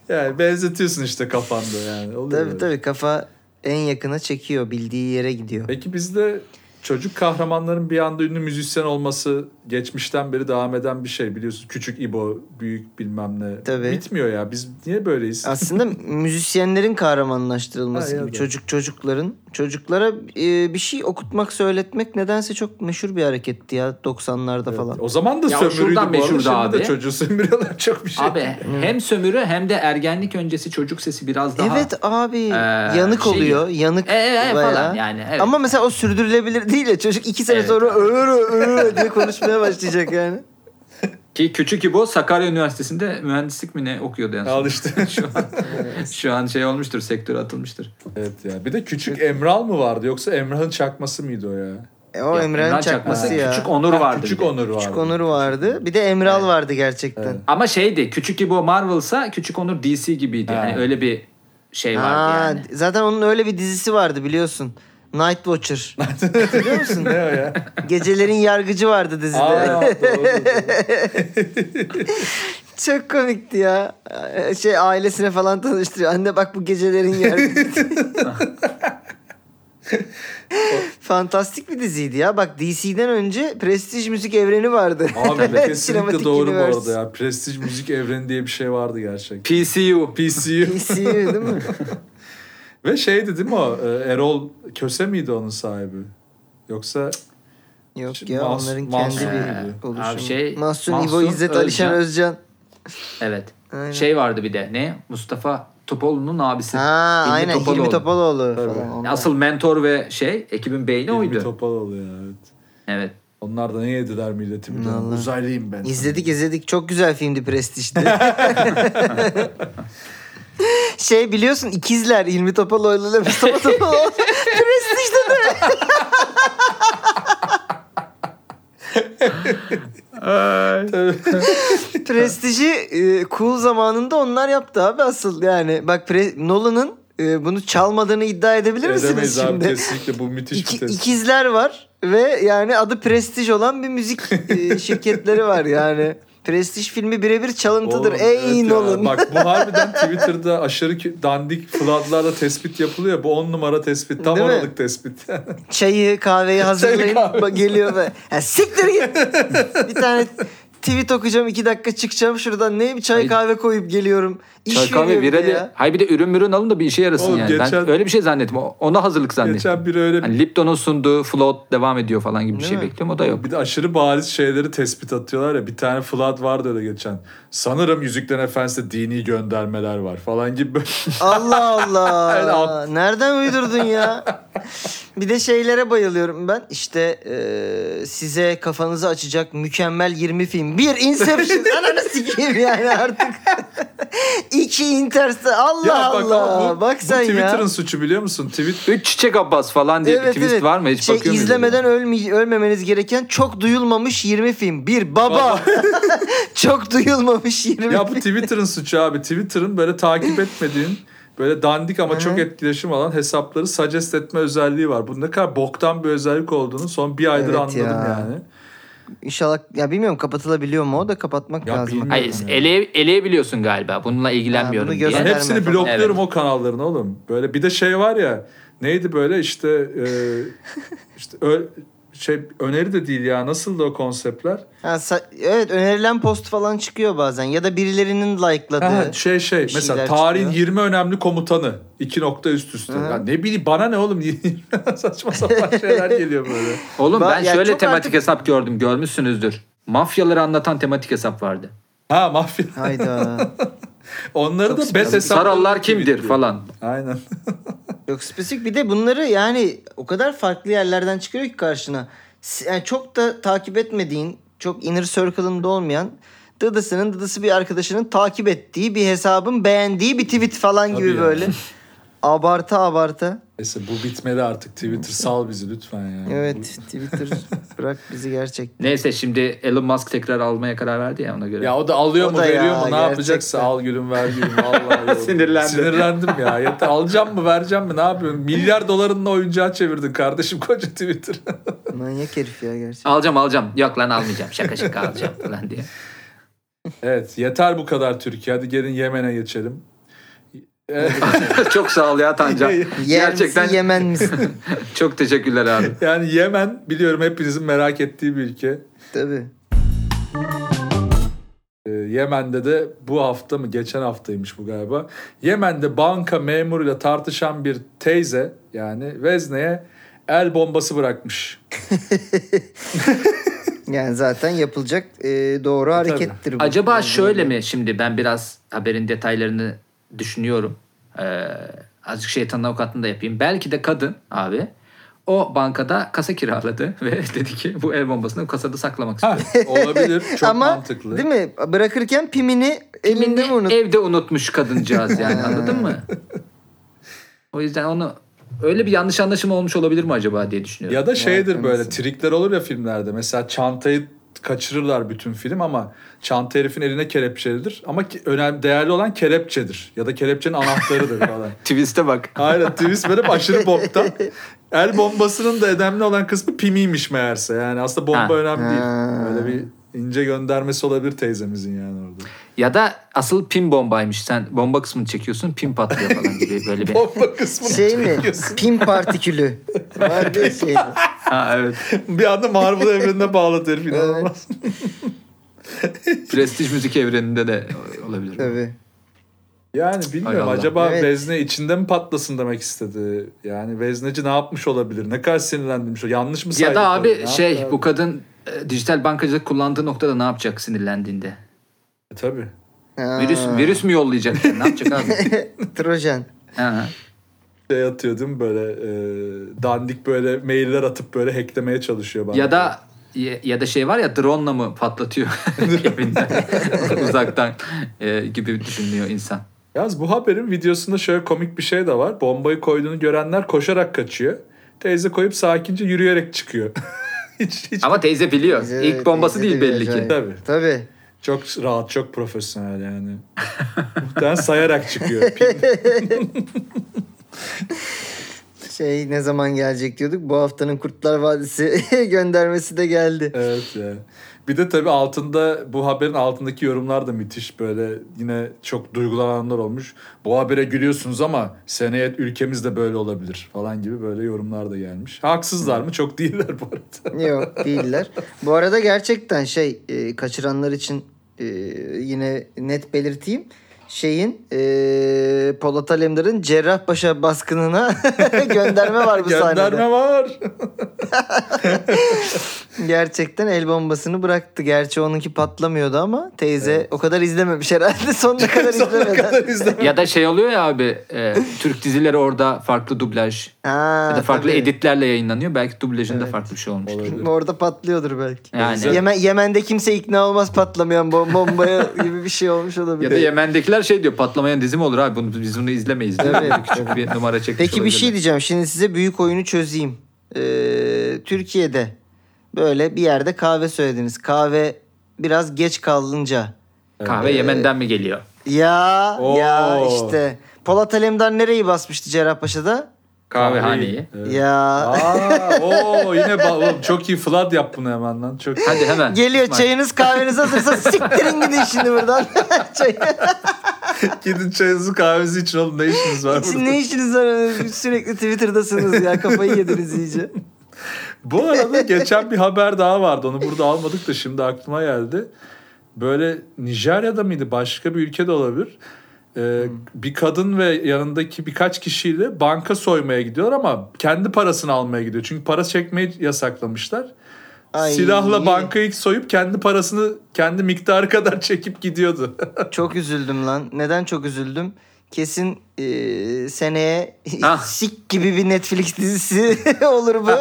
Yani benzetiyorsun işte kafanda yani. Oluyor Tabii böyle. tabii kafa en yakına çekiyor. Bildiği yere gidiyor. Peki bizde çocuk kahramanların bir anda ünlü müzisyen olması geçmişten beri devam eden bir şey biliyorsunuz. Küçük İbo, büyük bilmem ne. Tabii. Bitmiyor ya. Biz niye böyleyiz? Aslında müzisyenlerin kahramanlaştırılması Ha, ya gibi. da. Çocuk çocukların. Çocuklara e, bir şey okutmak, söyletmek nedense çok meşhur bir hareketti ya doksanlarda Evet. falan. O zaman da Ya o sömürüydü şuradan bu arada. meşhurdu Şimdi abi. de çocuğu sömürüyorlar çok bir şey. Abi hem sömürü hem de ergenlik öncesi çocuk sesi biraz daha... Evet abi Ee, yanık şey oluyor. gibi. Yanık E, e, e, bayağı. falan yani. Evet. Ama mesela o sürdürülebilir değil ya. Çocuk iki sene Evet. sonra öğür öğür diye konuşmaya başlayacak yani. Ki küçük İbo Sakarya Üniversitesi'nde mühendislik mi ne okuyordu en son. Al işte. şu, an, şu an şey olmuştur, sektöre atılmıştır. Evet ya. Bir de küçük Emral mı vardı yoksa Emrah'ın çakması mıydı o ya? E, o Ya, Emre'nin Emrah çakması Çakması, ya. Küçük Onur Ha, vardı. Küçük bir de. Onur vardı. Küçük Onur vardı. Bir de Emral vardı gerçekten. Evet. Ama şeydi, küçük İbo Marvel'sa küçük Onur D C gibiydi. Ha. Yani öyle bir şey vardı Ha, yani. zaten onun öyle bir dizisi vardı biliyorsun. Night Watcher. Biliyor musun? Ne o ya? Gecelerin Yargıcı vardı dizide. Aa, doğru, doğru. Çok komikti ya. Şey ailesine falan tanıştırıyor. Anne bak bu Gecelerin Yargıcı. Fantastik bir diziydi ya. Bak D C'den önce Prestige Müzik Evreni vardı. Abi kesinlikle Sinematik doğru bu Universe. arada ya. Prestij müzik evreni diye bir şey vardı gerçekten. P C U. P C U. P C U değil mi? Ve şeydi değil mi o? Ee, Erol Köse miydi onun sahibi? Yoksa Yok Şimdi ya Mas- onların Mahsun kendi bir Ee, oluşumu. abi şey, Mahsun, Mahsun, İbo, İzzet, Alişan, Özcan. Özcan. Evet. Aynen. Şey vardı bir de ne? Mustafa Topaloğlu'nun abisi. Ha Hilmi aynen Topaloğlu. Hilmi Topaloğlu Tabii. falan. onlar. Asıl mentor ve şey ekibin beyni Hilmi oydu. Topaloğlu ya evet. Evet. Onlar da ne yediler milleti bir dönem. Vallahi. Uzaylıyım ben. İzledik izledik. Çok güzel filmdi Prestige'de. Şey biliyorsun ikizler Hilmi Topaloğlu ile Mustafa Topaloğlu. Prestige'de de. Prestige'i e, cool zamanında onlar yaptı abi asıl yani. Bak Pre- Nolan'ın e, bunu çalmadığını iddia edebilir misiniz Edemeyiz abi şimdi? kesinlikle bu müthiş İki, bir test. ikizler var ve yani adı Prestige olan bir müzik e, şirketleri var yani. Prestige filmi birebir çalıntıdır. Oğlum, Ey evet ya. Nolan. Bak bu harbiden Twitter'da aşırı kü- dandik flatlarla tespit yapılıyor. Bu on numara tespit. Tam Değil mi? oralık tespit. Çayı kahveyi hazırlayın kahvesi. bak geliyor ve ya siktir git. Bir tane tweet okuyacağım iki dakika çıkacağım şuradan ne bir çay Ay, kahve koyup geliyorum. İş Çay kahve veriyor bir de virali. ya. Hayır bir de ürün mürün alın da bir işe yarasın Oğlum yani. geçen- Ben öyle bir şey zannettim. O- Ona hazırlık zannettim. Geçen biri öyle Hani Lipton'un sunduğu float devam ediyor falan gibi bir Değil şey mi? bekliyorum. O da yok. bir de aşırı bariz şeyleri tespit atıyorlar ya. Bir tane flat vardı öyle geçen. Sanırım Yüzüklerin Efendisi'nde dini göndermeler var falan gibi. Allah Aynen. Allah. Nereden uydurdun ya? Bir de şeylere bayılıyorum ben. İşte e, size kafanızı açacak mükemmel yirmi film. Bir Inception. Ananı sikeyim yani artık. İki Interstellar. Allah Ya bak Allah. ama bu, bak bu sen Twitter'ın ya. suçu biliyor musun? Tweet Üç Çiçek Abbas falan diye bir twist var mı? Hiç şey, bakıyor muydun? izlemeden ölme, ölmemeniz gereken çok duyulmamış yirmi film. Bir baba. Çok duyulmamış yirmi Ya bu film. Twitter'ın suçu abi. Twitter'ın böyle takip etmediğin böyle dandik ama çok etkileşim alan hesapları suggest etme özelliği var. Bu ne kadar boktan bir özellik olduğunu son bir aydır Evet anladım ya. yani. İnşallah ya bilmiyorum kapatılabiliyor mu o da kapatmak Ya lazım. bilmiyorum. Hayır eleye, eleyebiliyorsun galiba. Bununla ilgilenmiyorum bunu diye. Ben gösterme hepsini falan. blokluyorum Evet. o kanalların oğlum. Böyle bir de şey var ya. Neydi böyle işte e, işte ö- şey öneri de değil ya. Nasıldı o konseptler? Ha, sa- evet önerilen post falan çıkıyor bazen ya da birilerinin like'ladığı. Ha, şey şey bir mesela şeyler tarihin çıkıyor. yirmi önemli komutanı. iki nokta üst üste. Hı hı. Ya ne bileyim bana ne oğlum saçma sapan şeyler geliyor böyle. Oğlum Ba- ben ya şöyle çok tematik artık- hesap gördüm. Görmüşsünüzdür. Mafyaları anlatan tematik hesap vardı. Ha mafya. Hayda. Onları da bet hesapları. Sarallar kimdir tweetliyor. falan. Aynen. Çok spesifik bir de bunları yani o kadar farklı yerlerden çıkıyor ki karşına. S- Yani çok da takip etmediğin, çok inner circle'ında olmayan dıdısının dıdısı bir arkadaşının takip ettiği bir hesabın beğendiği bir tweet falan Tabii gibi ya. böyle. Abartı abartı. Neyse bu bitmeli artık Twitter sal bizi lütfen ya. Evet Twitter bırak bizi gerçekten. Neyse şimdi Elon Musk tekrar almaya karar verdi ya ona göre. Ya o da alıyor O mu da veriyor ya, mu ne gerçekten. yapacaksa al gülüm ver gülüm vallahi. yok. Sinirlendim. Sinirlendim ya. Yeter alacağım mı vereceğim mi ne yapıyorsun? Milyar dolarınla oyuncağa çevirdin kardeşim koca Twitter. Manyak herif ya gerçekten. Alacağım alacağım. Yok lan almayacağım. Şaka şaka alacağım falan diye. Evet yeter bu kadar Türkiye. Hadi gelin Yemen'e geçelim. Çok sağ ol ya Tancan. Yer Gerçekten misin, Yemen misin? çok teşekkürler abi. Yani Yemen biliyorum hepinizin merak ettiği bir ülke. Tabii. Ee, Yemen'de de bu hafta mı geçen haftaymış bu galiba. Yemen'de banka memuruyla tartışan bir teyze yani vezneye el bombası bırakmış. Yani zaten yapılacak e, doğru harekettir bu. Acaba şöyle mi, şimdi ben biraz haberin detaylarını düşünüyorum. Ee, azıcık şeytanın avukatlığını da yapayım. Belki de kadın abi o bankada kasa kiraladı ve dedi ki bu el bombasını kasada saklamak Ha, istiyorum. olabilir. Çok Ama mantıklı. değil mi? Bırakırken pimini elinde mi unut? Evde unutmuş kadıncağız yani, anladın mı? O yüzden onu öyle bir yanlış anlaşılma olmuş olabilir mi acaba diye düşünüyorum. Ya da şeydir Vay böyle anasını. trikler olur ya filmlerde. Mesela çantayı kaçırırlar bütün film ama çanta herifin eline kelepçelidir. Ama ki- önemli değerli olan kelepçedir. Ya da kelepçenin anahtarıdır falan. Twist'e bak. Aynen twist böyle aşırı boktan. El bombasının da önemli olan kısmı pimiymiş meğerse. Yani aslında bomba Ha. önemli değil. Ha. Öyle bir ince göndermesi olabilir teyzemizin yani orada. Ya da asıl pim bombaymış. Sen bomba kısmını çekiyorsun, pim patlıyor falan gibi böyle bir. Bomba kısmını Şey mi? çekiyorsun. Pim partikülü. Var bir şey. Ha evet. Bir anda Marvel evrenine bağladı herif inanılmaz. Prestij müzik evreninde de olabilir. Tabii. Yani bilmiyorum Hay Allah. acaba Evet. vezne içinde mi patlasın demek istedi. Yani vezneci ne yapmış olabilir? Ne kadar sinirlendirmiş o? Yanlış mı saydı? Ya da abi Ne şey yaptı bu abi? kadın e, dijital bankacılık kullandığı noktada ne yapacak sinirlendiğinde? E, tabii. Ha. Virüs virüs mü yollayacak? Ne yapacak abi? Trojan. Ha. Şey atıyor değil mi böyle e, dandik böyle mailler atıp böyle hacklemeye çalışıyor. Bana. Ya da ya, ya da şey var ya, drone'la mı patlatıyor evinden uzaktan e, gibi düşünüyor insan. Yalnız bu haberin videosunda şöyle komik bir şey de var. Bombayı koyduğunu görenler koşarak kaçıyor. Teyze koyup sakince yürüyerek çıkıyor. hiç, hiç Ama teyze biliyor. Teyze- İlk bombası teyze değil de belli ki. acayip. Tabii. Tabii. Çok rahat, çok profesyonel yani. Muhtemelen sayarak çıkıyor. Şey ne zaman gelecek diyorduk. Bu haftanın Kurtlar Vadisi göndermesi de geldi. Evet ya. Bir de tabii altında bu haberin altındaki yorumlar da müthiş, böyle yine çok duygulananlar olmuş. Bu habere gülüyorsunuz ama seneye ülkemiz de böyle olabilir falan gibi böyle yorumlar da gelmiş. Haksızlar mı? Çok değiller bu arada. Yok değiller. Bu arada gerçekten şey e, kaçıranlar için e, yine net belirteyim. Şeyin e, Polat Alemdar'ın Cerrahpaşa baskınına gönderme var bu sahnede. Gönderme var. Gerçekten el bombasını bıraktı. Gerçi onunki patlamıyordu ama teyze o kadar izlememiş herhalde. Sonuna kadar Sonuna izlemeden. kadar izlemedim. Ya da şey oluyor ya abi, e, Türk dizileri orada farklı dublaj Ha, ya da farklı tabii. editlerle yayınlanıyor. Belki dublajında Evet. farklı bir şey olmuştur. Olabilir. Orada patlıyordur belki. Yani. Yemen, Yemen'de kimse ikna olmaz patlamayan bom- bombaya gibi bir şey olmuş olabilir. Ya da Yemen'dekiler şey diyor, patlamayan dizi mi olur abi, bunu, biz bunu izlemeyiz diyor. Evet. Küçük bir numara çekmiş Peki bir olabilirler. şey diyeceğim. Şimdi size büyük oyunu çözeyim. Ee, Türkiye'de böyle bir yerde kahve söylediniz. Kahve biraz geç kalınca. Kahve Yemen'den mi geliyor? Ya Oo. ya işte. Polat Alemdar nereyi basmıştı Cerrahpaşa'da? Kahvehaneyi. Evet. Ya Aa, oo, yine ba- oğlum, çok iyi Vlad yap bunu hemen lan. Çok Hadi hemen. geliyor İsmail. çayınız kahveniz hazırsa siktirin gidin şimdi buradan. Çay. Gidin çayınızı kahvenizi için oğlum, ne işiniz var burada? ne işiniz var? Sürekli Twitter'dasınız ya. Kafayı yediniz iyice. Bu arada geçen bir haber daha vardı. Onu burada almadık da şimdi aklıma geldi. Böyle Nijerya'da mıydı? Başka bir ülkede olabilir. Ee, bir kadın ve yanındaki birkaç kişiyle banka soymaya gidiyorlar ama kendi parasını almaya gidiyor. Çünkü para çekmeyi yasaklamışlar. Ay. Silahla bankayı soyup kendi parasını kendi miktarı kadar çekip gidiyordu. Çok üzüldüm lan. Neden çok üzüldüm? Kesin e, seneye Ah. Sik gibi bir Netflix dizisi olur bu.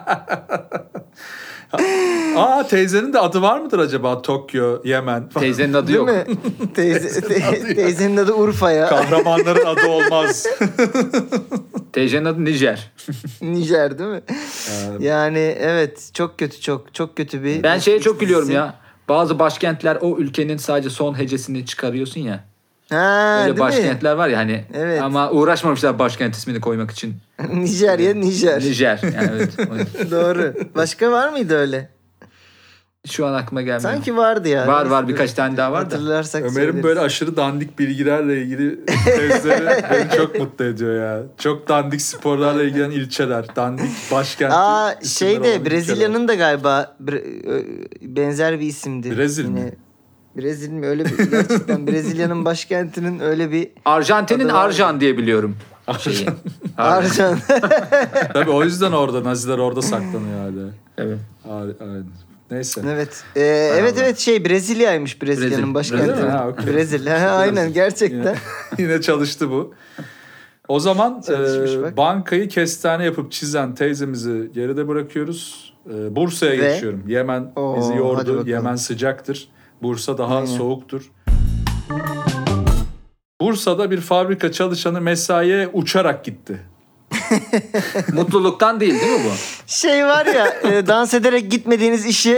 Aa, teyzenin de adı var mıdır acaba? Tokyo, Yemen falan. Teyzenin adı Değil yok. mi? Teyze, te- teyzenin adı Urfa ya. Kahramanların adı olmaz. Teyzenin adı Nijer. Nijer değil mi? Yani- Yani evet çok kötü çok çok kötü bir Ben şeye Netflix çok gülüyorum dizisi. ya. Bazı başkentler o ülkenin sadece son hecesini çıkarıyorsun ya. Ha, Öyle değil başkentler var ya hani. Evet. Ama uğraşmamışlar başkent ismini koymak için. mi? Nijerya Nijer. Nijer. Yani evet. Doğru. Başka var mıydı öyle? Şu an aklıma gelmiyor. Sanki vardı ya. Var var birkaç tane daha var da. Hatırlarsak Ömer'in söyleriz. böyle aşırı dandik bilgilerle ilgili tezleri beni çok mutlu ediyor ya. Çok dandik sporlarla ilgilenen ilçeler, dandik başkent. Aa isimleri olan şeyde ülkeler. Brezilya'nın da galiba bre- ö- benzer bir isimdi. Brezil Yine. mi? Brezilya mi? Öyle bir gerçekten Brezilya'nın başkentinin öyle bir Arjantin'in Adı var. Arjan diye biliyorum. Şeyi. Arjan. Tabii o yüzden orada Naziler orada saklanıyor hala. Evet. A- Aynen. Neyse. Evet. Ee, evet evet şey Brezilya'ymış Brezilya'nın Brezilya. başkenti. Brezilya mi? Ha, okey. Brezilya. Ha, aynen gerçekten. Yine, yine çalıştı bu. O zaman Çalışmış e, bak. bankayı kestane yapıp çizen teyzemizi geride bırakıyoruz. E, Bursa'ya Ve- geçiyorum. Yemen Oo, bizi hadi yordu. bakalım. Yemen sıcaktır. Bursa daha Aynen. soğuktur. Bursa'da bir fabrika çalışanı mesaiye uçarak gitti. Mutluluktan değil değil mi bu? Şey var ya e, dans ederek gitmediğiniz işi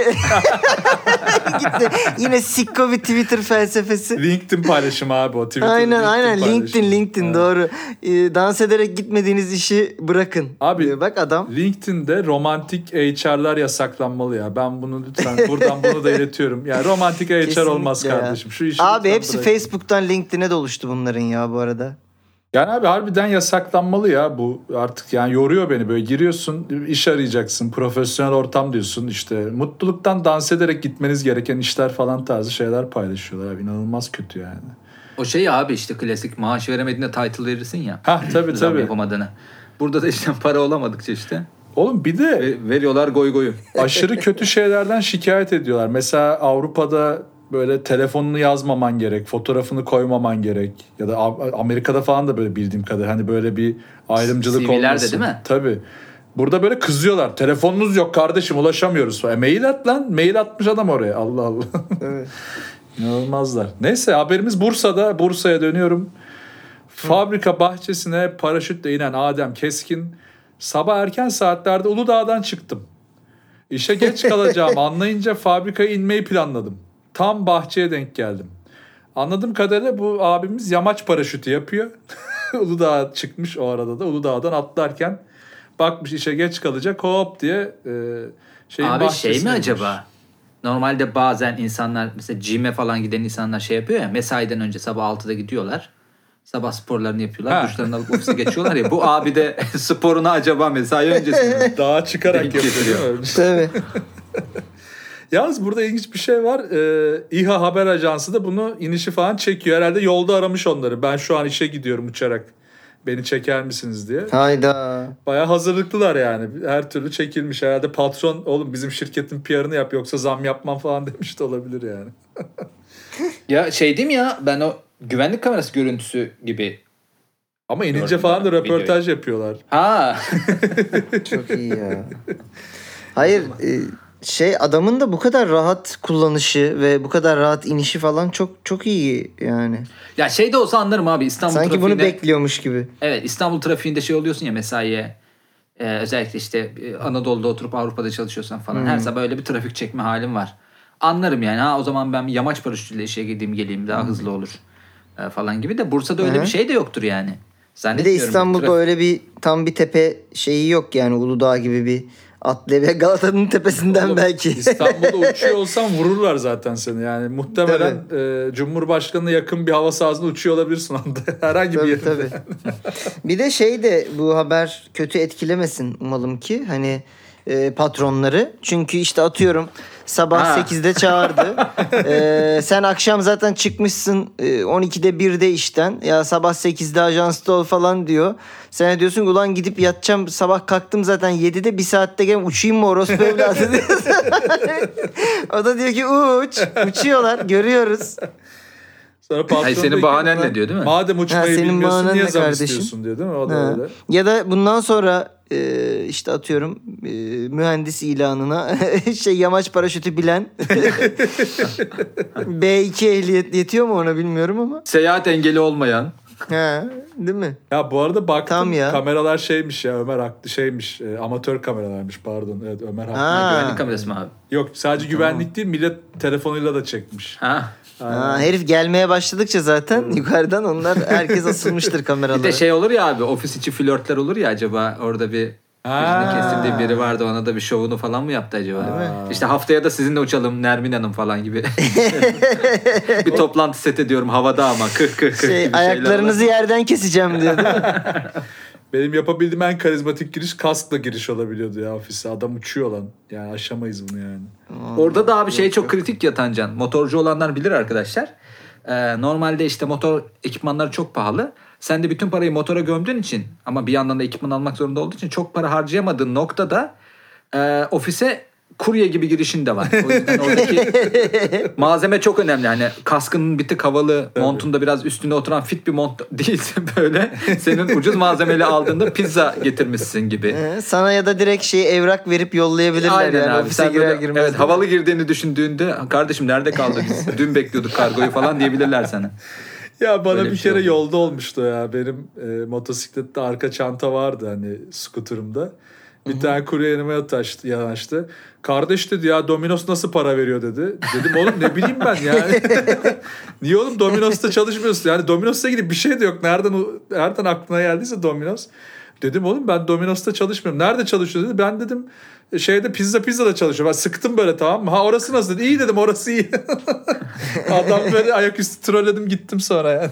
gitti. Yine sikko bir Twitter felsefesi. LinkedIn paylaşımı abi o. Twitter, Aynen aynen paylaşımı. LinkedIn LinkedIn Evet. doğru. E, dans ederek gitmediğiniz işi bırakın. Abi, E, bak adam. LinkedIn'de romantik H R'lar yasaklanmalı ya. Ben bunu lütfen buradan bunu da iletiyorum. Yani romantik H R Kesinlikle olmaz ya. kardeşim. Şu işi Abi lütfen hepsi bırakın. Facebook'tan LinkedIn'e doluştu bunların ya bu arada. Yani abi harbiden yasaklanmalı ya bu artık yani yoruyor beni böyle giriyorsun iş arayacaksın profesyonel ortam diyorsun işte mutluluktan dans ederek gitmeniz gereken işler falan tarzı şeyler paylaşıyorlar abi inanılmaz kötü yani. O şey abi işte klasik maaş veremediğinde title verirsin ya. Ha tabii Zam tabii. yapamadığını. Burada da işte para olamadıkça işte Oğlum bir de ve- veriyorlar goy goyu. aşırı kötü şeylerden şikayet ediyorlar. Mesela Avrupa'da böyle telefonunu yazmaman gerek, fotoğrafını koymaman gerek. Ya da A- Amerika'da falan da böyle bildiğim kadar hani böyle bir ayrımcılık C V'lerde olmasın. değil mi? Tabii. Burada böyle kızıyorlar. Telefonunuz yok kardeşim ulaşamıyoruz falan. E, mail at lan. Mail atmış adam oraya. Allah Allah. Evet. İnanılmazlar. Neyse haberimiz Bursa'da. Bursa'ya dönüyorum. Fabrika bahçesine paraşütle inen Adem Keskin. Sabah erken saatlerde Uludağ'dan çıktım. İşe geç kalacağım anlayınca fabrikaya inmeyi planladım. Tam bahçeye denk geldim. Anladığım kadarıyla bu abimiz yamaç paraşütü yapıyor. Uludağ'a çıkmış o arada da. Uludağ'dan atlarken bakmış işe geç kalacak hop diye e, şeyin Abi şey mi bahçesine inmiş. acaba? Normalde bazen insanlar mesela gym'e falan giden insanlar şey yapıyor ya mesaiden önce sabah altıda gidiyorlar. Sabah sporlarını yapıyorlar. Ha. Duşlarını alıp ofise geçiyorlar ya. Bu abi de sporunu acaba mesai öncesinde. Dağa çıkarak Denk yapıyor getiriyor. değil mi? Tabii. Yalnız burada ilginç bir şey var. Ee, İHA Haber Ajansı da bunu inişi falan çekiyor. Herhalde yolda aramış onları. Ben şu an işe gidiyorum uçarak. Beni çeker misiniz diye. Hayda. Bayağı hazırlıklılar yani. Her türlü çekilmiş. Herhalde patron oğlum bizim şirketin P R'ını yap yoksa zam yapmam falan demiş de olabilir yani. Ya şey değil mi ya ben o güvenlik kamerası görüntüsü gibi. Ama inince Gördüm falan da ben röportaj yapıyorlar. Ha. Çok iyi ya. Hayır e, şey adamın da bu kadar rahat kullanışı ve bu kadar rahat inişi falan çok çok iyi yani. Ya şey de olsa anlarım abi İstanbul Sanki trafiğinde. bunu bekliyormuş gibi. Evet İstanbul trafiğinde şey oluyorsun ya mesaiye. Ee, özellikle işte e, Anadolu'da oturup Avrupa'da çalışıyorsan falan. Her sabah öyle bir trafik çekme halim var. Anlarım yani. Ha o zaman ben yamaç paraşütüyle işe gideyim geleyim daha hızlı olur. Ee, falan gibi de Bursa'da öyle Hı. bir şey de yoktur yani. Bir de Zannetmiyorum. İstanbul'da Trafik- öyle bir tam bir tepe şeyi yok yani Uludağ gibi bir atlı ve Galata'nın tepesinden Oğlum, belki. İstanbul'da uçuyor olsan vururlar zaten seni. Yani muhtemelen e, Cumhurbaşkanı'na yakın bir hava sahasında uçuyor olabilirsin onda. Herhangi bir Tabii yerinde. tabii. Bir de şey de bu haber kötü etkilemesin umalım ki hani e, patronları. Çünkü işte atıyorum sabah Ha. sekizde çağırdı. E, sen akşam zaten çıkmışsın e, on ikide birde işten. Ya sabah sekizde ajansta ol falan diyor. Sen de diyorsun ki ulan gidip yatacağım sabah kalktım zaten yedide bir saatte gel uçayım mı orospu evladı diyorsun. O da diyor ki uç. Uçuyorlar görüyoruz. Sonra patron Ay diyor senin ki, bahanen ne diyor değil mi? madem uçmayı Ha, senin bilmiyorsun bahanen niye ne zam kardeşim? istiyorsun diyor değil mi? O da Ha. öyle. Ya da bundan sonra e, işte atıyorum e, mühendis ilanına şey yamaç paraşütü bilen B iki ehliyet yetiyor mu ona bilmiyorum ama. Seyahat engeli olmayan. Ha, değil mi? Ya bu arada baktım Tam ya. kameralar şeymiş ya Ömer haklı şeymiş e, amatör kameralarmış pardon evet Ömer haklı. Ha. Güvenlik kamerası mı abi? Yok sadece güvenlik değil millet telefonuyla da çekmiş. Ha. Ha, herif gelmeye başladıkça zaten yukarıdan onlar herkes asılmıştır Bir kameralara. de şey olur ya abi ofis içi flörtler olur ya acaba orada bir Yüzünü kestirdiği biri vardı, ona da bir şovunu falan mı yaptı acaba? Değil mi? İşte haftaya da sizinle uçalım Nermin Hanım falan gibi. Bir toplantı set ediyorum havada ama kırk kırk kırk Şey, gibi ayaklarınızı şeyler var. yerden keseceğim diyor değil mi? Benim yapabildiğim en karizmatik giriş kaskla giriş olabiliyordu ya ofise. Adam uçuyor lan. Yani aşamayız bunu yani. Orada da abi şey çok kritik ya Tancan. Motorcu olanlar bilir arkadaşlar. Ee, normalde işte motor ekipmanları çok pahalı. Sen de bütün parayı motora gömdüğün için ama bir yandan da ekipman almak zorunda olduğu için çok para harcayamadığın noktada e, ofise kurye gibi girişin de var. O yüzden oradaki malzeme çok önemli. Hani kaskının bir tık havalı, montunda biraz üstüne oturan fit bir mont değilse böyle senin ucuz malzemeli aldığında pizza getirmişsin gibi. Ee, Sana ya da direkt şey evrak verip yollayabilirler Aynen yani abi. ofise Sen girer böyle, girmez. evet, havalı girdiğini düşündüğünde kardeşim nerede kaldı biz? Dün bekliyorduk kargoyu falan diyebilirler sana. Ya bana Öyle bir bir şey kere oldu. yolda olmuştu ya. Benim e, motosiklette arka çanta vardı hani skuterımda. Bir Hı-hı. tane kurye yanıma yanaştı, yanaştı. Kardeş dedi ya Domino's nasıl para veriyor dedi. Dedim oğlum ne bileyim ben yani. Niye oğlum Domino's'ta çalışmıyorsun? Yani Domino's'a gidip bir şey de yok. Nereden nereden aklına geldiyse Domino's. Dedim oğlum ben Domino's'ta çalışmıyorum. Nerede çalışıyorsun dedi. Ben dedim şeyde pizza pizzada çalışıyorum. Ben sıktım böyle tamam mı? Ha orası nasıl dedi. İyi dedim orası iyi. Adam böyle ayaküstü trolledim gittim sonra yani.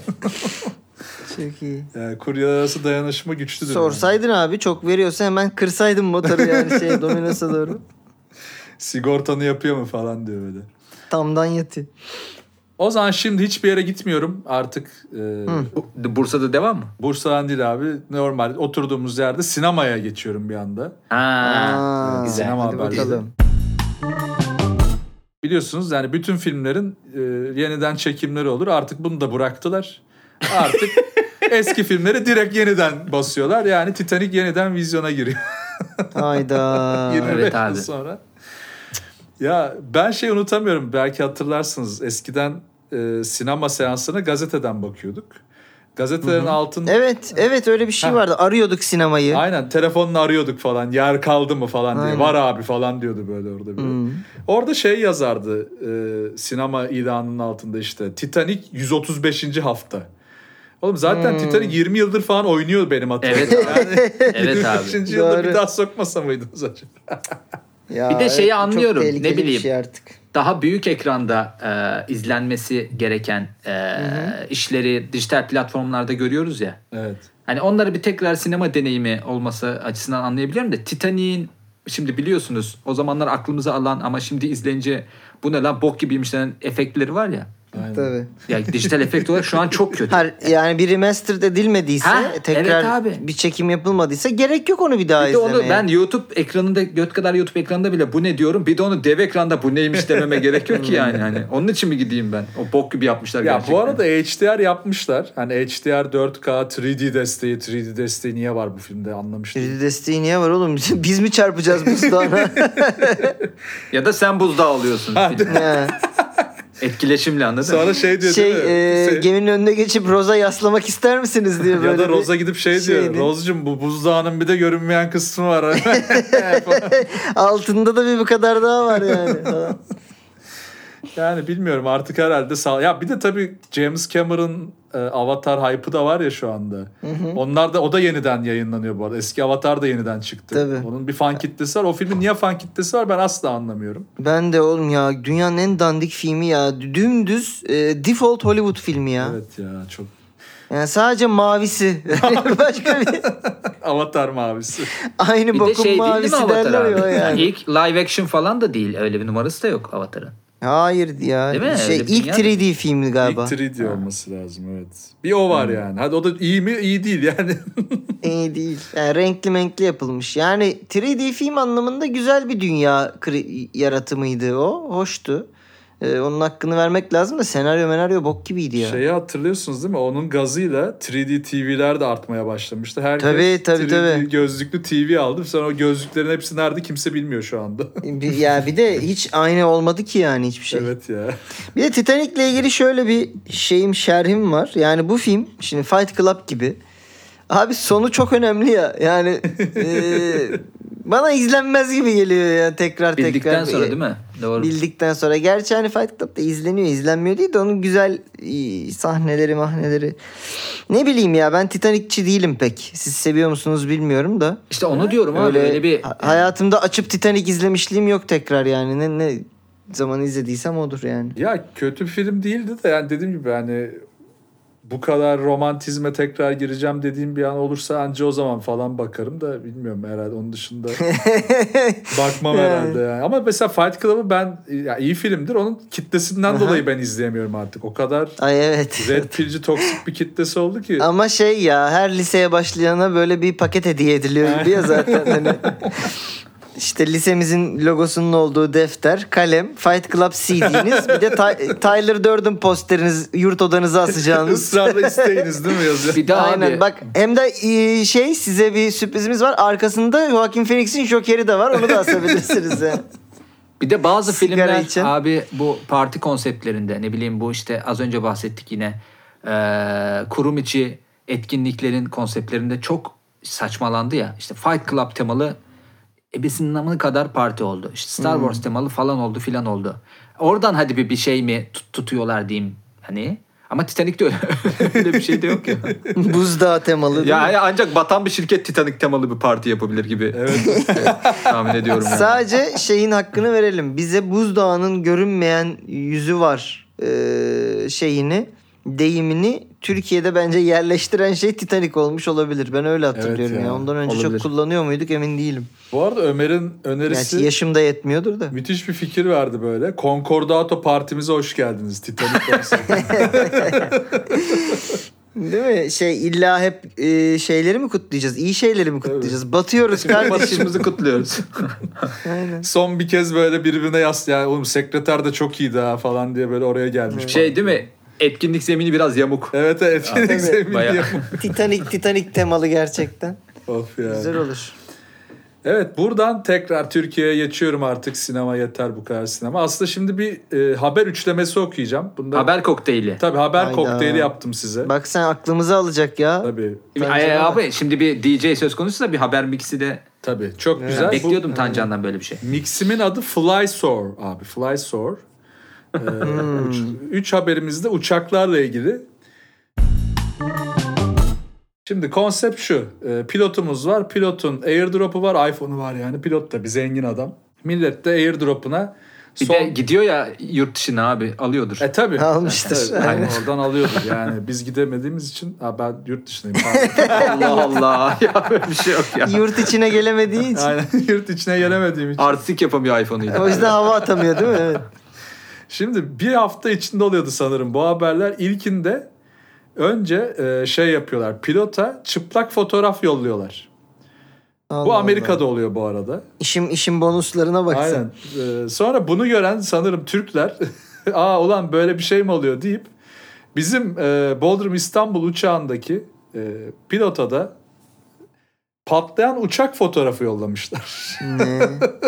Çok iyi. Yani kuryeler arası dayanışma güçlüdür. Sorsaydın yani. Abi çok veriyorsa hemen kırsaydın motoru yani şey Domino's'a doğru. Sigortanı yapıyor mu falan diyor böyle. Tamdan yatıyor. O zaman şimdi hiçbir yere gitmiyorum artık. E, Bursa'da devam mı? Bursa'dan değil abi. Normal oturduğumuz yerde sinemaya geçiyorum bir anda. Ha, Aa, güzel. Sinema hadi haberleri. bakalım. Biliyorsunuz yani bütün filmlerin e, yeniden çekimleri olur. Artık bunu da bıraktılar. Artık eski filmleri direkt yeniden basıyorlar. Yani Titanic yeniden vizyona giriyor. Hayda. yirmi beş Evet yıl abi. sonra. Ya ben şey unutamıyorum. Belki hatırlarsınız. Eskiden e, sinema seansına gazeteden bakıyorduk. Gazetelerin Hı-hı. altında... Evet, evet öyle bir şey Ha. vardı. Arıyorduk sinemayı. Aynen telefonla arıyorduk falan. Yer kaldı mı falan diye. Aynen. Var abi falan diyordu böyle orada. Böyle. Hmm. Orada şey yazardı e, sinema ilanının altında işte. Titanic yüz otuz beşinci hafta. Oğlum zaten Hmm. Titanic yirmi yıldır falan oynuyor benim hatırladığım. Evet. Yani Evet abi. yirmi beşinci yılda Doğru. bir daha sokmasa mıydınız acaba? Ya, Bir de şeyi evet, bu çok anlıyorum, ne tehlikeli bir bileyim. şey artık. Daha büyük ekranda e, izlenmesi gereken e, işleri dijital platformlarda görüyoruz ya. Evet. Hani onları bir tekrar sinema deneyimi olması açısından anlayabiliyorum da Titanic'in şimdi biliyorsunuz o zamanlar aklımıza alan ama şimdi izleyince bu ne lan bok gibiymiş denen efektleri var ya. Aynen. Tabii. Ya dijital efekt olarak şu an çok kötü. Her, yani bir remastered edilmediyse Ha, tekrar evet abi. bir çekim yapılmadıysa gerek yok onu bir daha Bir de izlemeye. onu ben YouTube ekranında göt kadar YouTube ekranında bile bu ne diyorum. Bir de onu dev ekranda bu neymiş dememe gerek yok ki yani. Hani onun için mi gideyim ben? O bok gibi yapmışlar Ya gerçekten. bu arada H D R yapmışlar. Hani H D R dört K üç D desteği, üç D desteği niye var bu filmde anlamıştım. üç D desteği niye var oğlum? Biz mi çarpacağız buzdağına? Ya da sen buzdağı alıyorsun. Ya. Etkileşimle anladın mı? Sonra şey diyor şey değil mi? e, Şey- geminin önüne geçip Roza yaslamak ister misiniz diye böyle ya da bir Roza gidip şey diyor. şeydi. Rozcuğum bu buzdağının bir de görünmeyen kısmı var. Altında da bir bu kadar daha var yani. falan. Yani bilmiyorum artık herhalde sağ... Ya bir de tabii James Cameron e, Avatar hype'ı da var ya şu anda. Hı hı. Onlar da o da yeniden yayınlanıyor bu arada. Eski Avatar da yeniden çıktı. Tabii. Onun bir fan kitlesi var. O filmin niye fan kitlesi var ben asla anlamıyorum. Ben de oğlum ya dünyanın en dandik filmi ya. Dümdüz e, default Hollywood filmi ya. Evet ya çok Yani sadece mavisi. Başka bir Avatar mavisi. aynı Bir de bokun şey değil değil mavisi mi Avatar derler abi? ya o yani. Yani ilk live action falan da değil. Öyle bir numarası da yok Avatar'ın. Hayır ya. Değil mi? Şey Öyle bir ilk dünya- üç D filmi galiba. İlk üç D olması lazım evet. Bir o var yani. Hadi o da iyi mi? İyi değil yani. İyi değil. Yani renkli menkli yapılmış. Yani üç D film anlamında güzel bir dünya kri- yaratımıydı o. Hoştu. Ee, onun hakkını vermek lazım da senaryo menaryo bok gibiydi ya. Şeyi hatırlıyorsunuz değil mi? Onun gazıyla üç D T V'ler de artmaya başlamıştı. Herkes Tabii, tabii, üç D tabii. gözlüklü T V aldı. Sonra o gözlüklerin hepsi nerede kimse bilmiyor şu anda. Bir, ya bir de hiç aynı olmadı ki yani hiçbir şey. Evet ya. Bir de Titanic'le ilgili şöyle bir şeyim şerhim var. Yani bu film şimdi Fight Club gibi. Abi sonu çok önemli ya. Yani e, Bana izlenmez gibi geliyor ya tekrar Bildikten tekrar. sonra değil mi? Doğru. Bildikten sonra. Gerçi hani Fight Club'da izleniyor, izlenmiyor değil de onun güzel e, sahneleri, mahneleri. Ne bileyim ya, ben Titanic'çi değilim pek. Siz seviyor musunuz bilmiyorum da. İşte onu diyorum abi. Öyle, Öyle bir ha- hayatımda açıp Titanic izlemişliğim yok tekrar yani. Ne ne zaman izlediysem odur yani. Ya kötü bir film değildi de yani dediğim gibi hani bu kadar romantizme tekrar gireceğim dediğim bir an olursa anca o zaman falan bakarım da bilmiyorum herhalde onun dışında bakmam herhalde yani. Ama mesela Fight Club'ı ben ya iyi filmdir. Onun kitlesinden Aha. dolayı ben izleyemiyorum artık. O kadar Ay evet. red pillci toksik bir kitlesi oldu ki. Ama şey ya, her liseye başlayana böyle bir paket hediye ediliyor gibi ya zaten hani. İşte lisemizin logosunun olduğu defter, kalem, Fight Club C D'niz, bir de Ty- Tyler Durden posteriniz yurt odanıza asacağınız. Israrla isteyiniz değil mi yazıyor? bir daha Aynen abi. bak, hem de e, şey, size bir sürprizimiz var. Arkasında Joaquin Phoenix'in Joker'i de var. Onu da asabilirsiniz yani. Bir de bazı Sigara filmler için. abi bu parti konseptlerinde ne bileyim bu işte az önce bahsettik yine ee, kurum içi etkinliklerin konseptlerinde çok saçmalandı ya. İşte Fight Club temalı ebesinin namını kadar parti oldu. İşte Star Hmm. Wars temalı falan oldu filan oldu. Oradan hadi bir bir şey mi tut- tutuyorlar diyeyim hani. Ama Titanic'te öyle, öyle bir şey de yok ya. Buzdağı temalı değil ya mi? ya ancak batan bir şirket Titanic temalı bir parti yapabilir gibi. Evet. Tahmin ediyorum yani. Sadece şeyin hakkını verelim. Bize buzdağının görünmeyen yüzü var ee, şeyini, deyimini Türkiye'de bence yerleştiren şey Titanic olmuş olabilir. Ben öyle hatırlıyorum Evet ya. ya, Ondan önce olabilir. çok kullanıyor muyduk emin değilim. Bu arada Ömer'in önerisi Gerçi yaşım da yetmiyordur da. müthiş bir fikir verdi böyle. Concordato partimize hoş geldiniz. Titanic konseri. Değil mi? Şey, illa hep e, şeyleri mi kutlayacağız? İyi şeyleri mi kutlayacağız? Batıyoruz kardeşim. Barışımızı kutluyoruz. Aynen. Son bir kez böyle birbirine yas yani oğlum sekreter de çok iyiydi ha falan diye böyle oraya gelmiş. şey değil mi? Etkinlik zemini biraz yamuk. Evet evet. Evet, Sevgili bayağı. yapım. Titanic Titanic temalı gerçekten. Of ya. Güzel olur. Evet, buradan tekrar Türkiye'ye geçiyorum artık. Sinema yeter, bu kadar sinema. Aslında şimdi bir e, haber üçlemesi okuyacağım. Bunda Haber kokteyli. tabii haber Hayda. kokteyli yaptım size. Bak sen, aklımızı alacak ya. Tabii. Bence Ay, de. abi şimdi bir D J söz konusu da bir haber mixi de Tabii. Çok Evet. güzel. bekliyordum Bu, Tancan'dan böyle bir şey. Miximin adı Fly Soar abi. Fly Soar. Ee, üç, üç haberimiz de uçaklarla ilgili. Şimdi konsept şu. E, pilotumuz var. Pilotun airdrop'u var. iPhone'u var yani. Pilot da bir zengin adam. Millet de airdrop'una Bir son... de gidiyor ya yurt dışına abi alıyordur. E tabii. Almıştır. Evet, Aynen. oradan alıyordur yani. Biz gidemediğimiz için. Ha, ben yurt dışındayım. Pardon. Allah Allah. Ya böyle bir şey yok ya. Yurt içine gelemediği için. Aynen, yurt içine gelemediğim için. Artistik yapamıyor iPhone'uyla. O yüzden hava atamıyor değil mi? Evet. Şimdi bir hafta içinde oluyordu sanırım bu haberler. İlkinde önce e, şey yapıyorlar. Pilota çıplak fotoğraf yolluyorlar. Allah Bu Allah. Amerika'da oluyor bu arada. İşim işin bonuslarına bak sen. Aynen. E, sonra bunu gören sanırım Türkler aa ulan böyle bir şey mi oluyor deyip bizim e, Bodrum İstanbul uçağındaki e, pilota da patlayan uçak fotoğrafı yollamışlar. Ne?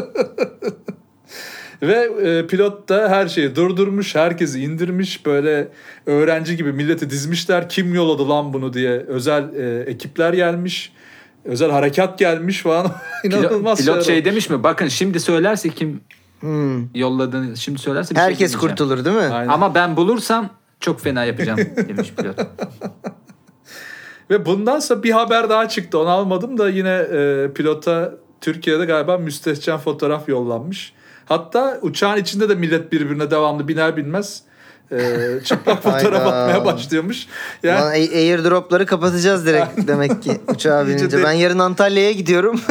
Ve e, pilot da her şeyi durdurmuş, herkesi indirmiş, böyle öğrenci gibi milleti dizmişler. Kim yolladı lan bunu diye özel e, ekipler gelmiş, özel harekat gelmiş falan. Pilot, İnanılmaz pilot şeyler şey olmuş. demiş mi? Bakın şimdi söylerse kim Hmm. yolladığını şimdi söylerse bir şey Herkes demeyeceğim. kurtulur değil mi? Aynen. Ama ben bulursam çok fena yapacağım demiş pilot. Ve bundan sonra bir haber daha çıktı. Onu almadım da yine e, pilota Türkiye'de galiba müstehcen fotoğraf yollanmış. Hatta uçağın içinde de millet birbirine devamlı biner binmez e, çıplak fotoğraf Hayda. atmaya başlıyormuş. Yani Lan, a- airdropları kapatacağız direkt demek ki uçağa İyice binince. de- Ben yarın Antalya'ya gidiyorum.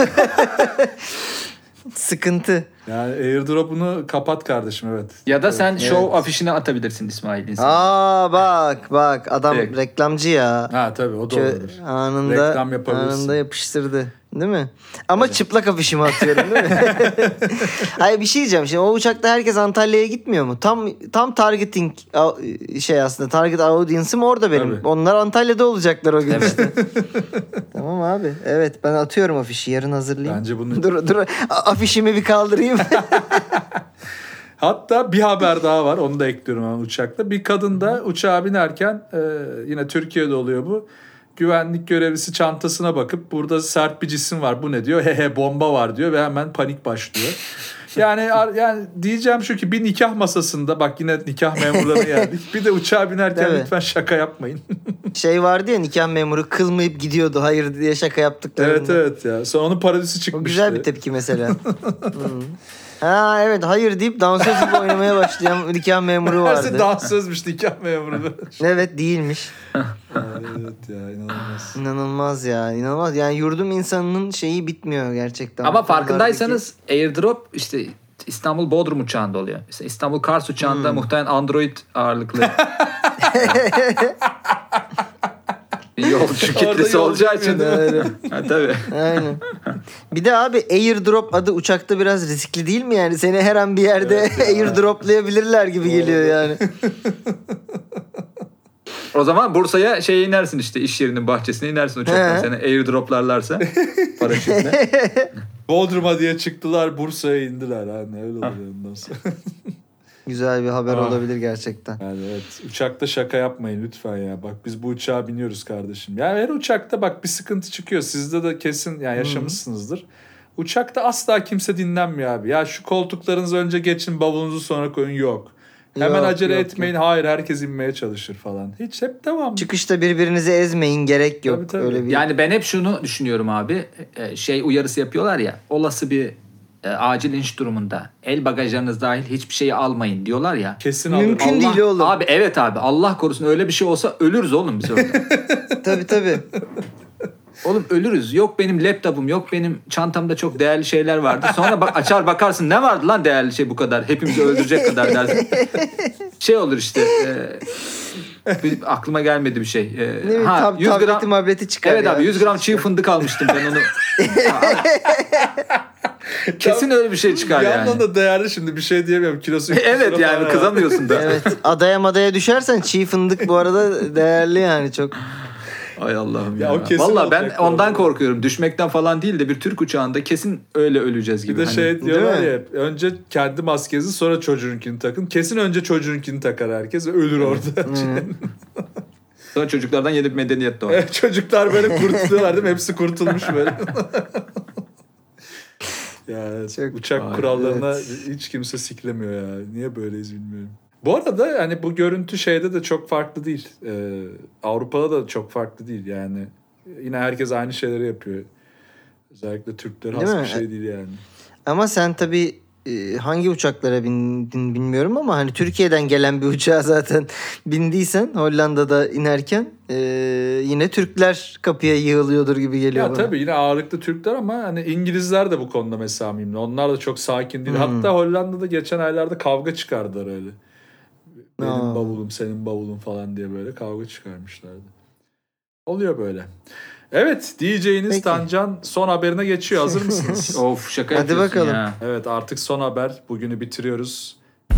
Sıkıntı. Yani airdrop'unu kapat kardeşim, evet. Ya da sen Evet. show afişine atabilirsin İsmail İnsan. Aa bak bak adam Direkt. reklamcı ya. Ha tabii o da Kö- olabilir. anında Reklam yapabilirsin. anında yapıştırdı. Değil mi? Ama çıplak afişimi atıyorum değil mi? Hayır, bir şey diyeceğim. Şimdi o uçakta herkes Antalya'ya gitmiyor mu? Tam tam targeting au- şey aslında target audience'ım orada benim. Tabii. Onlar Antalya'da olacaklar o gün Evet. işte. Tamam abi. Evet, ben atıyorum afişi. Yarın hazırlayayım. Bence bunu- Dur dur. A- afişimi bir kaldırayım. Hatta bir haber daha var. Onu da ekliyorum hemen uçakta. Bir kadın da uçağa binerken e, yine Türkiye'de oluyor bu. güvenlik görevlisi çantasına bakıp burada sert bir cisim var. Bu ne diyor? Hehe bomba var diyor ve hemen panik başlıyor. Yani yani diyeceğim şu ki bir nikah masasında bak yine nikah memurlarına geldik. Bir de uçağa binerken Evet. lütfen şaka yapmayın. Şey vardı ya, nikah memuru kılmayıp gidiyordu hayır diye şaka yaptıklarında. Evet evet ya. Sonra onun parodisi O çıkmıştı. güzel bir tepki mesela. Hmm. Ha evet, hayır deyip dansöz gibi oynamaya başlayan nikah memuru vardı. Meğerse dansözmüş nikah memuru. Evet, değilmiş. Evet ya inanılmaz. İnanılmaz ya, inanılmaz. Yani yurdum insanının şeyi bitmiyor gerçekten. Ama farkındaysanız airdrop işte İstanbul Bodrum uçağında oluyor. Mesela İstanbul Kars uçağında Hmm. muhtemelen Android ağırlıklı yolcu kitlesi yolcu olacağı için. bilmiyorum. Öyle. Ha, tabii. Aynen. Bir de abi airdrop adı uçakta biraz riskli değil mi yani? Seni her an bir yerde Evet ya. airdroplayabilirler gibi geliyor yani. O zaman Bursa'ya şeye inersin işte, iş yerinin bahçesine inersin uçaktan. He. Seni airdroplarlarsa paraşütle. Bodrum'a diye çıktılar, Bursa'ya indiler. Ha, ne öyle oluyor ondan sonra. Güzel bir haber Ah. olabilir gerçekten. Yani evet, uçakta şaka yapmayın lütfen ya. Bak biz bu uçağa biniyoruz kardeşim. Yani her uçakta bak bir sıkıntı çıkıyor. Sizde de kesin yani yaşamışsınızdır. Uçakta asla kimse dinlenmiyor abi. Ya şu koltuklarınızı önce geçin, bavulunuzu sonra koyun, yok. Hemen Yok, acele yok, etmeyin. Hayır, herkes inmeye çalışır falan. Hiç hep devam. Çıkışta birbirinizi ezmeyin, gerek yok. Tabii, tabii. Öyle bir... Yani ben hep şunu düşünüyorum abi. e, Şey uyarısı yapıyorlar ya. Olası bir e, acil inş durumunda el bagajlarınız dahil hiçbir şeyi almayın diyorlar ya. Kesin Mümkün alırım. değil Allah- oğlum. Abi evet abi, Allah korusun öyle bir şey olsa ölürüz oğlum biz orada. Tabii tabii. Oğlum ölürüz. Yok benim laptopum, yok benim çantamda çok değerli şeyler vardı. Sonra bak, açar bakarsın ne vardı lan değerli şey bu kadar. Hepimizi öldürecek kadar dersin. Şey olur işte. E, bir, aklıma gelmedi bir şey. E, Ne bileyim, ha, tab- yüz tableti gram, mableti çıkar evet ya. abi yüz gram çiğ fındık almıştım ben onu. Kesin öyle bir şey çıkar Bir yani. yandan da değerli, şimdi bir şey diyemiyorum. Kilosu üç yüz Evet lira yani falan. kızamıyorsun da. Evet, adaya madaya düşersen çiğ fındık bu arada değerli yani çok. Ay Allah'ım Ya ya. o kesin Valla ben olacak ondan bu. korkuyorum. Düşmekten falan değil de bir Türk uçağında kesin öyle öleceğiz gibi. Bir de Hani- şey diyorlar Değil ya, önce kendi maskenizi sonra çocuğunkini takın. Kesin önce çocuğunkini takar herkes ve ölür orada. Sonra çocuklardan yeni bir medeniyet doğar. Evet, çocuklar böyle kurtuluyorlar değil mi? Hepsi kurtulmuş böyle. Ya Çok- uçak Ay, kurallarına evet. hiç kimse siklemiyor ya. Niye böyleyiz bilmiyorum. Bu arada hani bu görüntü şeyde de çok farklı değil. Ee, Avrupa'da da çok farklı değil yani. Yine herkes aynı şeyleri yapıyor. Özellikle Türklere has Değil bir mi? şey değil yani. Ama sen tabii e, hangi uçaklara bindin bilmiyorum ama hani Türkiye'den gelen bir uçağa zaten bindiysen Hollanda'da inerken e, yine Türkler kapıya yığılıyordur gibi geliyor Ya bana. tabii yine ağırlıklı Türkler ama hani İngilizler de bu konuda mesela mimli. Onlar da çok sakin değil. Hmm. Hatta Hollanda'da geçen aylarda kavga çıkardılar öyle. Benim Aa. bavulum, senin bavulun falan diye böyle kavga çıkarmışlardı. Oluyor böyle. Evet, diyeceğiniz Peki. Tancan son haberine geçiyor. Hazır mısınız? Of şaka Hadi yapıyorsun bakalım. ya. Evet, artık son haber. Bugünü bitiriyoruz.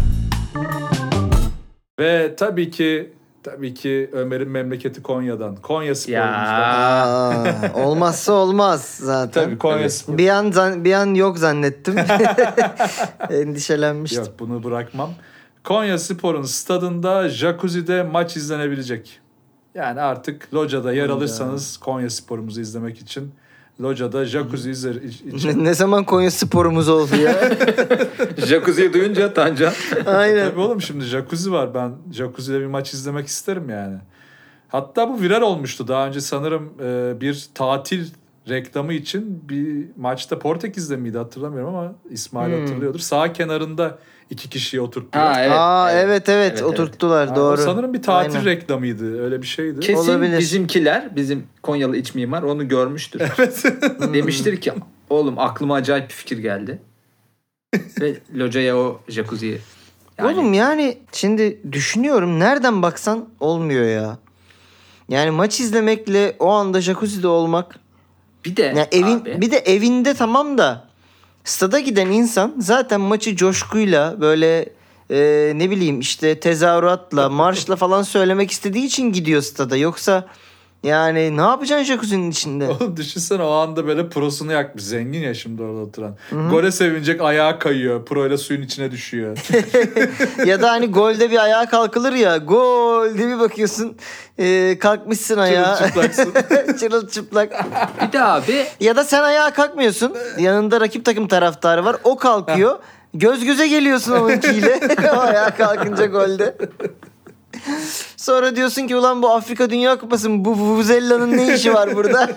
Ve tabii ki tabii ki Ömer'in memleketi Konya'dan. Konya sporumuzdan. Aa, olmazsa olmaz zaten. Tabii Konya Evet. Spor. Bir an zan- bir an yok zannettim. Endişelenmiştim. Yok, bunu bırakmam. Konya Spor'un stadında jacuzzi'de maç izlenebilecek. Yani artık locada yer alırsanız Konya Spor'umuzu izlemek için locada jacuzzi izler için. Ne, ne zaman Konya sporumuz oldu ya? Jacuzzi'yi duyunca Tancan. Aynen. Tabii oğlum, şimdi jacuzzi var. Ben jacuzzi'de bir maç izlemek isterim yani. Hatta bu viral olmuştu. Daha önce sanırım e, bir tatil reklamı için bir maçta Portekiz'de miydi hatırlamıyorum ama İsmail Hmm. hatırlıyordur. Sağ kenarında iki kişiyi oturttular. Ha, evet, Aa evet. evet evet, Evet, oturttular Yani o doğru. sanırım bir tatil Aynen. reklamıydı. Öyle bir şeydi. Kesin Olabilir. bizimkiler, bizim Konyalı iç mimar onu görmüştür. Demiştir ki oğlum aklıma acayip bir fikir geldi. Ve locaya o jacuzziyi. Yani, Oğlum yani şimdi düşünüyorum, nereden baksan olmuyor ya. Yani maç izlemekle o anda jacuzzi'de olmak. bir de Ya evin abi, bir de evinde tamam da stada giden insan zaten maçı coşkuyla böyle e, ne bileyim işte tezahüratla, marşla falan söylemek istediği için gidiyor stada. Yoksa Yani ne yapacaksın jacuzzi'nin içinde? Oğlum düşünsene o anda böyle prosunu yakmış. Zengin ya şimdi orada oturan. Gole sevinecek, ayağa kayıyor. Proyla suyun içine düşüyor. Ya da hani golde bir ayağa kalkılır ya. Gol diye bir bakıyorsun. E, kalkmışsın ayağa. Çırılçıplaksın. Çırılçıplak. Bir de abi Ya da sen ayağa kalkmıyorsun. Yanında rakip takım taraftarı var. O kalkıyor. Göz göze geliyorsun onunkiyle. O ayağa kalkınca golde. Sonra diyorsun ki ulan bu Afrika Dünya Kupası mı? Bu Vuvuzella'nın ne işi var burada?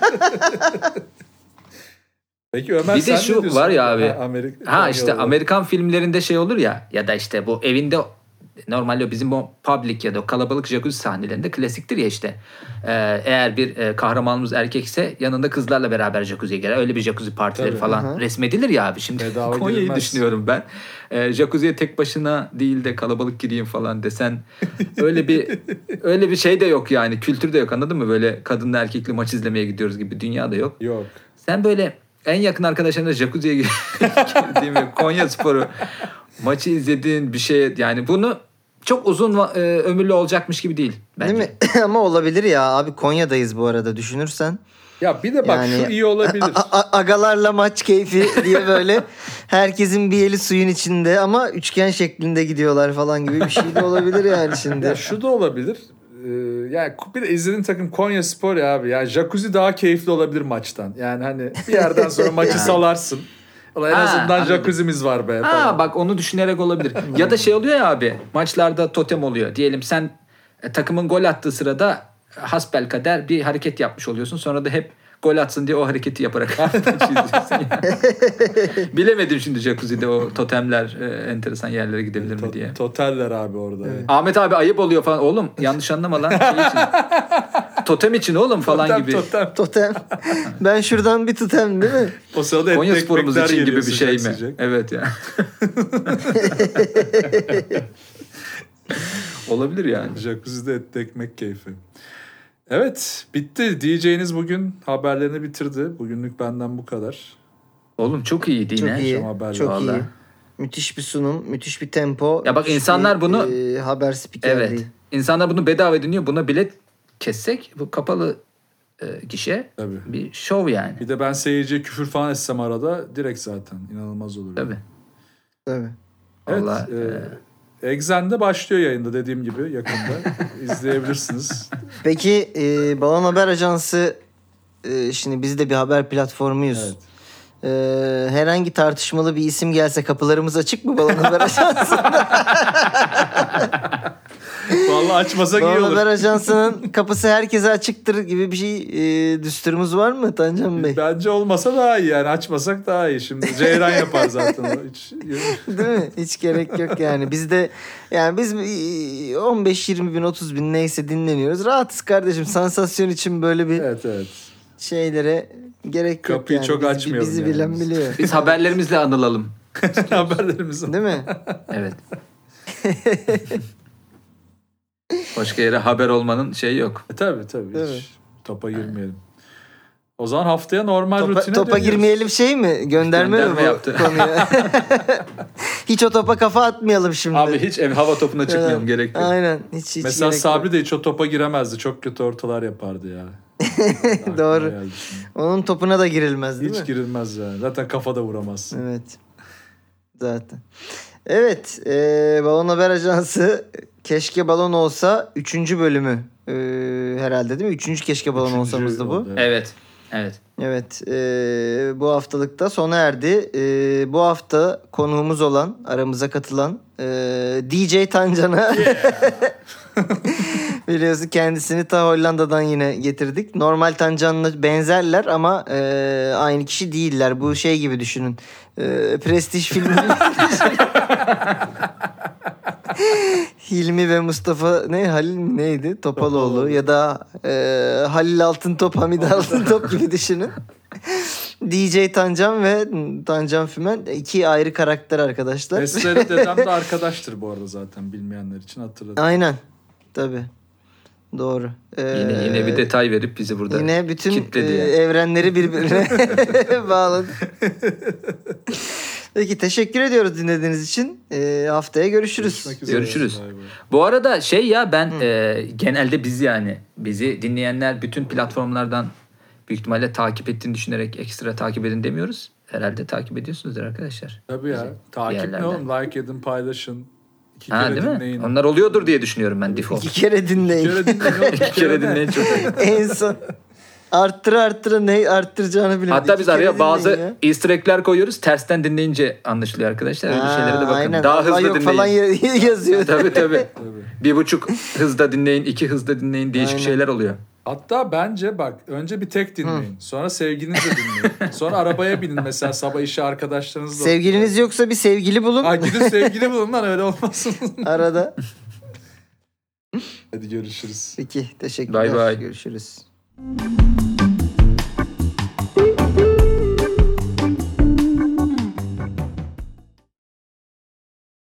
Peki Ömer bir sen de ne şu diyorsun? var ya abi. Ha, Amerika, Ha işte Konyalı. Amerikan filmlerinde şey olur ya ya da işte bu evinde normalde bizim o public ya da o kalabalık jacuzzi sahnelerinde klasiktir ya işte. Ee, eğer bir e, kahramanımız erkekse yanında kızlarla beraber jacuzziye girer. Öyle bir jacuzzi partileri Tabii. falan Hı hı. resmedilir ya abi. Şimdi Bedava Konya'yı girilmez. düşünüyorum ben. Ee, jacuzziye tek başına değil de kalabalık gireyim falan desen öyle bir öyle bir şey de yok yani. Kültür de yok, anladın mı? Böyle kadınla erkekli maç izlemeye gidiyoruz gibi dünya da yok. Yok. Sen böyle en yakın arkadaşlarına jacuzziye girdiğin ve Konya Sporu maçı izlediğin bir şey yani bunu çok uzun va- e, ömürlü olacakmış gibi değil bence. Değil mi? Ama olabilir ya abi, Konya'dayız bu arada düşünürsen. Ya bir de bak Yani- şu iyi olabilir. A- a- agalarla maç keyfi diye böyle herkesin bir eli suyun içinde ama üçgen şeklinde gidiyorlar falan gibi bir şey de olabilir yani şimdi. Ya şu da olabilir. Ee, yani bir de izlediğin takım Konya Spor ya abi. Yani jacuzzi daha keyifli olabilir maçtan. Yani hani bir yerden sonra maçı salarsın. Ulan en Ha, azından anladım. jacuzzi'miz var be Ha falan. bak onu düşünerek olabilir. Ya da şey oluyor ya abi, maçlarda totem oluyor. Diyelim sen e, takımın gol attığı sırada hasbelkader bir hareket yapmış oluyorsun. Sonra da hep gol atsın diye o hareketi yaparak maçı izliyorsun yani. Bilemedim şimdi jacuzzi'de o totemler e, enteresan yerlere gidebilir mi To- diye. Toteller abi orada. Ahmet abi ayıp oluyor falan. Oğlum yanlış anlama lan. Şey için. Totem için oğlum falan Totem, gibi. totem. Totem. Ben şuradan bir totem değil mi? O sırada Konya etli sporumuz ekmekler için gibi geliyor bir şey mi? sıcak sıcak. Evet ya. Olabilir yani. Jacuzzi'de etli ekmek keyfi. Evet bitti. D J'niz bugün haberlerini bitirdi. Bugünlük benden bu kadar. Oğlum çok iyiydi Çok yine. iyi. akşam haberleri. Çok Vallahi. iyi. Müthiş bir sunum, müthiş bir tempo. Ya bak müthiş insanlar bir, bunu- e, haber spikerliği. Evet. İnsanlar bunu bedava dinliyor. Buna bilet kessek bu kapalı e, gişe Tabii. bir şov yani. Bir de ben seyirciye küfür falan etsem arada direkt zaten inanılmaz olur. Tabii. Tabii. Evet. Vallahi, e, Exxen'de başlıyor yayında dediğim gibi yakında. İzleyebilirsiniz. Peki e, Balon Haber Ajansı, e, şimdi biz de bir haber platformuyuz. Evet. E, herhangi tartışmalı bir isim gelse kapılarımız açık mı Balon Haber Ajansı? Vallahi açmasak iyi Balon olur. Haber Ajansı'nın kapısı herkese açıktır gibi bir şey, e, düsturumuz var mı Tancan Bey? Bence olmasa daha iyi yani. Açmasak daha iyi. Şimdi Ceyran yapar zaten. o. Hiç... Değil mi? Hiç gerek yok yani. Biz de yani biz on beş yirmi bin otuz bin neyse dinleniyoruz. Rahatız kardeşim. Sansasyon için böyle bir Evet evet. şeylere gerek yok Kapıyı yani. çok Biz- açmayalım Bizi yani bilen biz. biliyor. Biz haberlerimizle anılalım. Haberlerimiz. Değil mi? Evet. Başka yere haber olmanın şeyi yok. E, tabii tabii. Değil Hiç mi? topa girmeyelim. O zaman haftaya normal Topa, rutine topa dönüyoruz. girmeyelim şey mi? Gönderme, Gönderme mi bu yaptı. konuya? Hiç o topa kafa atmayalım şimdi. Abi hiç ev hava topuna çıkmayalım, Evet, gerek yok. Aynen. Hiç, hiç Mesela gerek Sabri yok. de hiç o topa giremezdi. Çok kötü ortalar yapardı ya. Aklıma Doğru. geldi şimdi. Onun topuna da girilmez değil Hiç mi? girilmez yani. Zaten kafada vuramazsın. Evet. Zaten. Evet. E, Balon Haber Ajansı Keşke Balon Olsa üçüncü bölümü e, herhalde değil mi? Üçüncü Keşke Balon Üçüncü Olsamızdı bu. oldu, evet. Evet. Evet. Evet. e, bu haftalıkta sona erdi. E, bu hafta konuğumuz olan, aramıza katılan e, D J Tancan'a biliyorsun kendisini ta Hollanda'dan yine getirdik. Normal Tancan'la benzerler ama e, aynı kişi değiller. Bu şey gibi düşünün. E, Prestij filmi. Hilmi ve Mustafa ne Halil mi neydi? Topaloğlu, Topaloğlu. ya da e, Halil Altıntop, Hamid Altıntop gibi düşünün. D J Tancan ve Tancan Fümen iki ayrı karakter arkadaşlar. Esleri dedem de arkadaştır bu arada zaten bilmeyenler için hatırladım. Aynen. Tabii. Doğru. Ee, Yine yine bir detay verip bizi burada Yine bütün kilitledi e, yani. evrenleri birbirine bağladı. Peki teşekkür ediyoruz dinlediğiniz için. Ee, haftaya görüşürüz. Görüşmek üzere. Görüşürüz. Bay bay. Bu arada şey ya ben e, genelde biz yani bizi dinleyenler bütün platformlardan büyük ihtimalle takip ettiğini düşünerek ekstra takip edin demiyoruz. Herhalde takip ediyorsunuzdur arkadaşlar. Tabii ya. Takip ne yerlerden. oğlum? Like edin, paylaşın. İki Ha kere değil mi? dinleyin. Onlar oluyordur diye düşünüyorum ben default. İki kere İki dinleyin. kere dinleyin oğlum. İki kere dinleyin çok iyi. En son arttıra arttıra ne arttıracağını bilemedim. Hatta biz İki kere araya bazı dinleyin ya. easter egg'ler koyuyoruz. Tersten dinleyince anlaşılıyor arkadaşlar. Öyle Ha, şeylere de bakın. aynen. Daha Allah hızlı yok dinleyin. falan ya- yazıyor. Tabii tabii. Tabii. Bir buçuk hızda dinleyin, iki hızda dinleyin. Değişik Aynen. şeyler oluyor. Hatta bence bak önce bir tek dinleyin. Sonra sevgilinizle dinleyin. Sonra arabaya binin mesela sabah işe arkadaşlarınızla. Sevgiliniz yoksa bir sevgili bulun. Ay gidin sevgili bulun lan öyle olmasın. Arada. Hadi görüşürüz. Peki teşekkürler. Bay bay. Görüşürüz.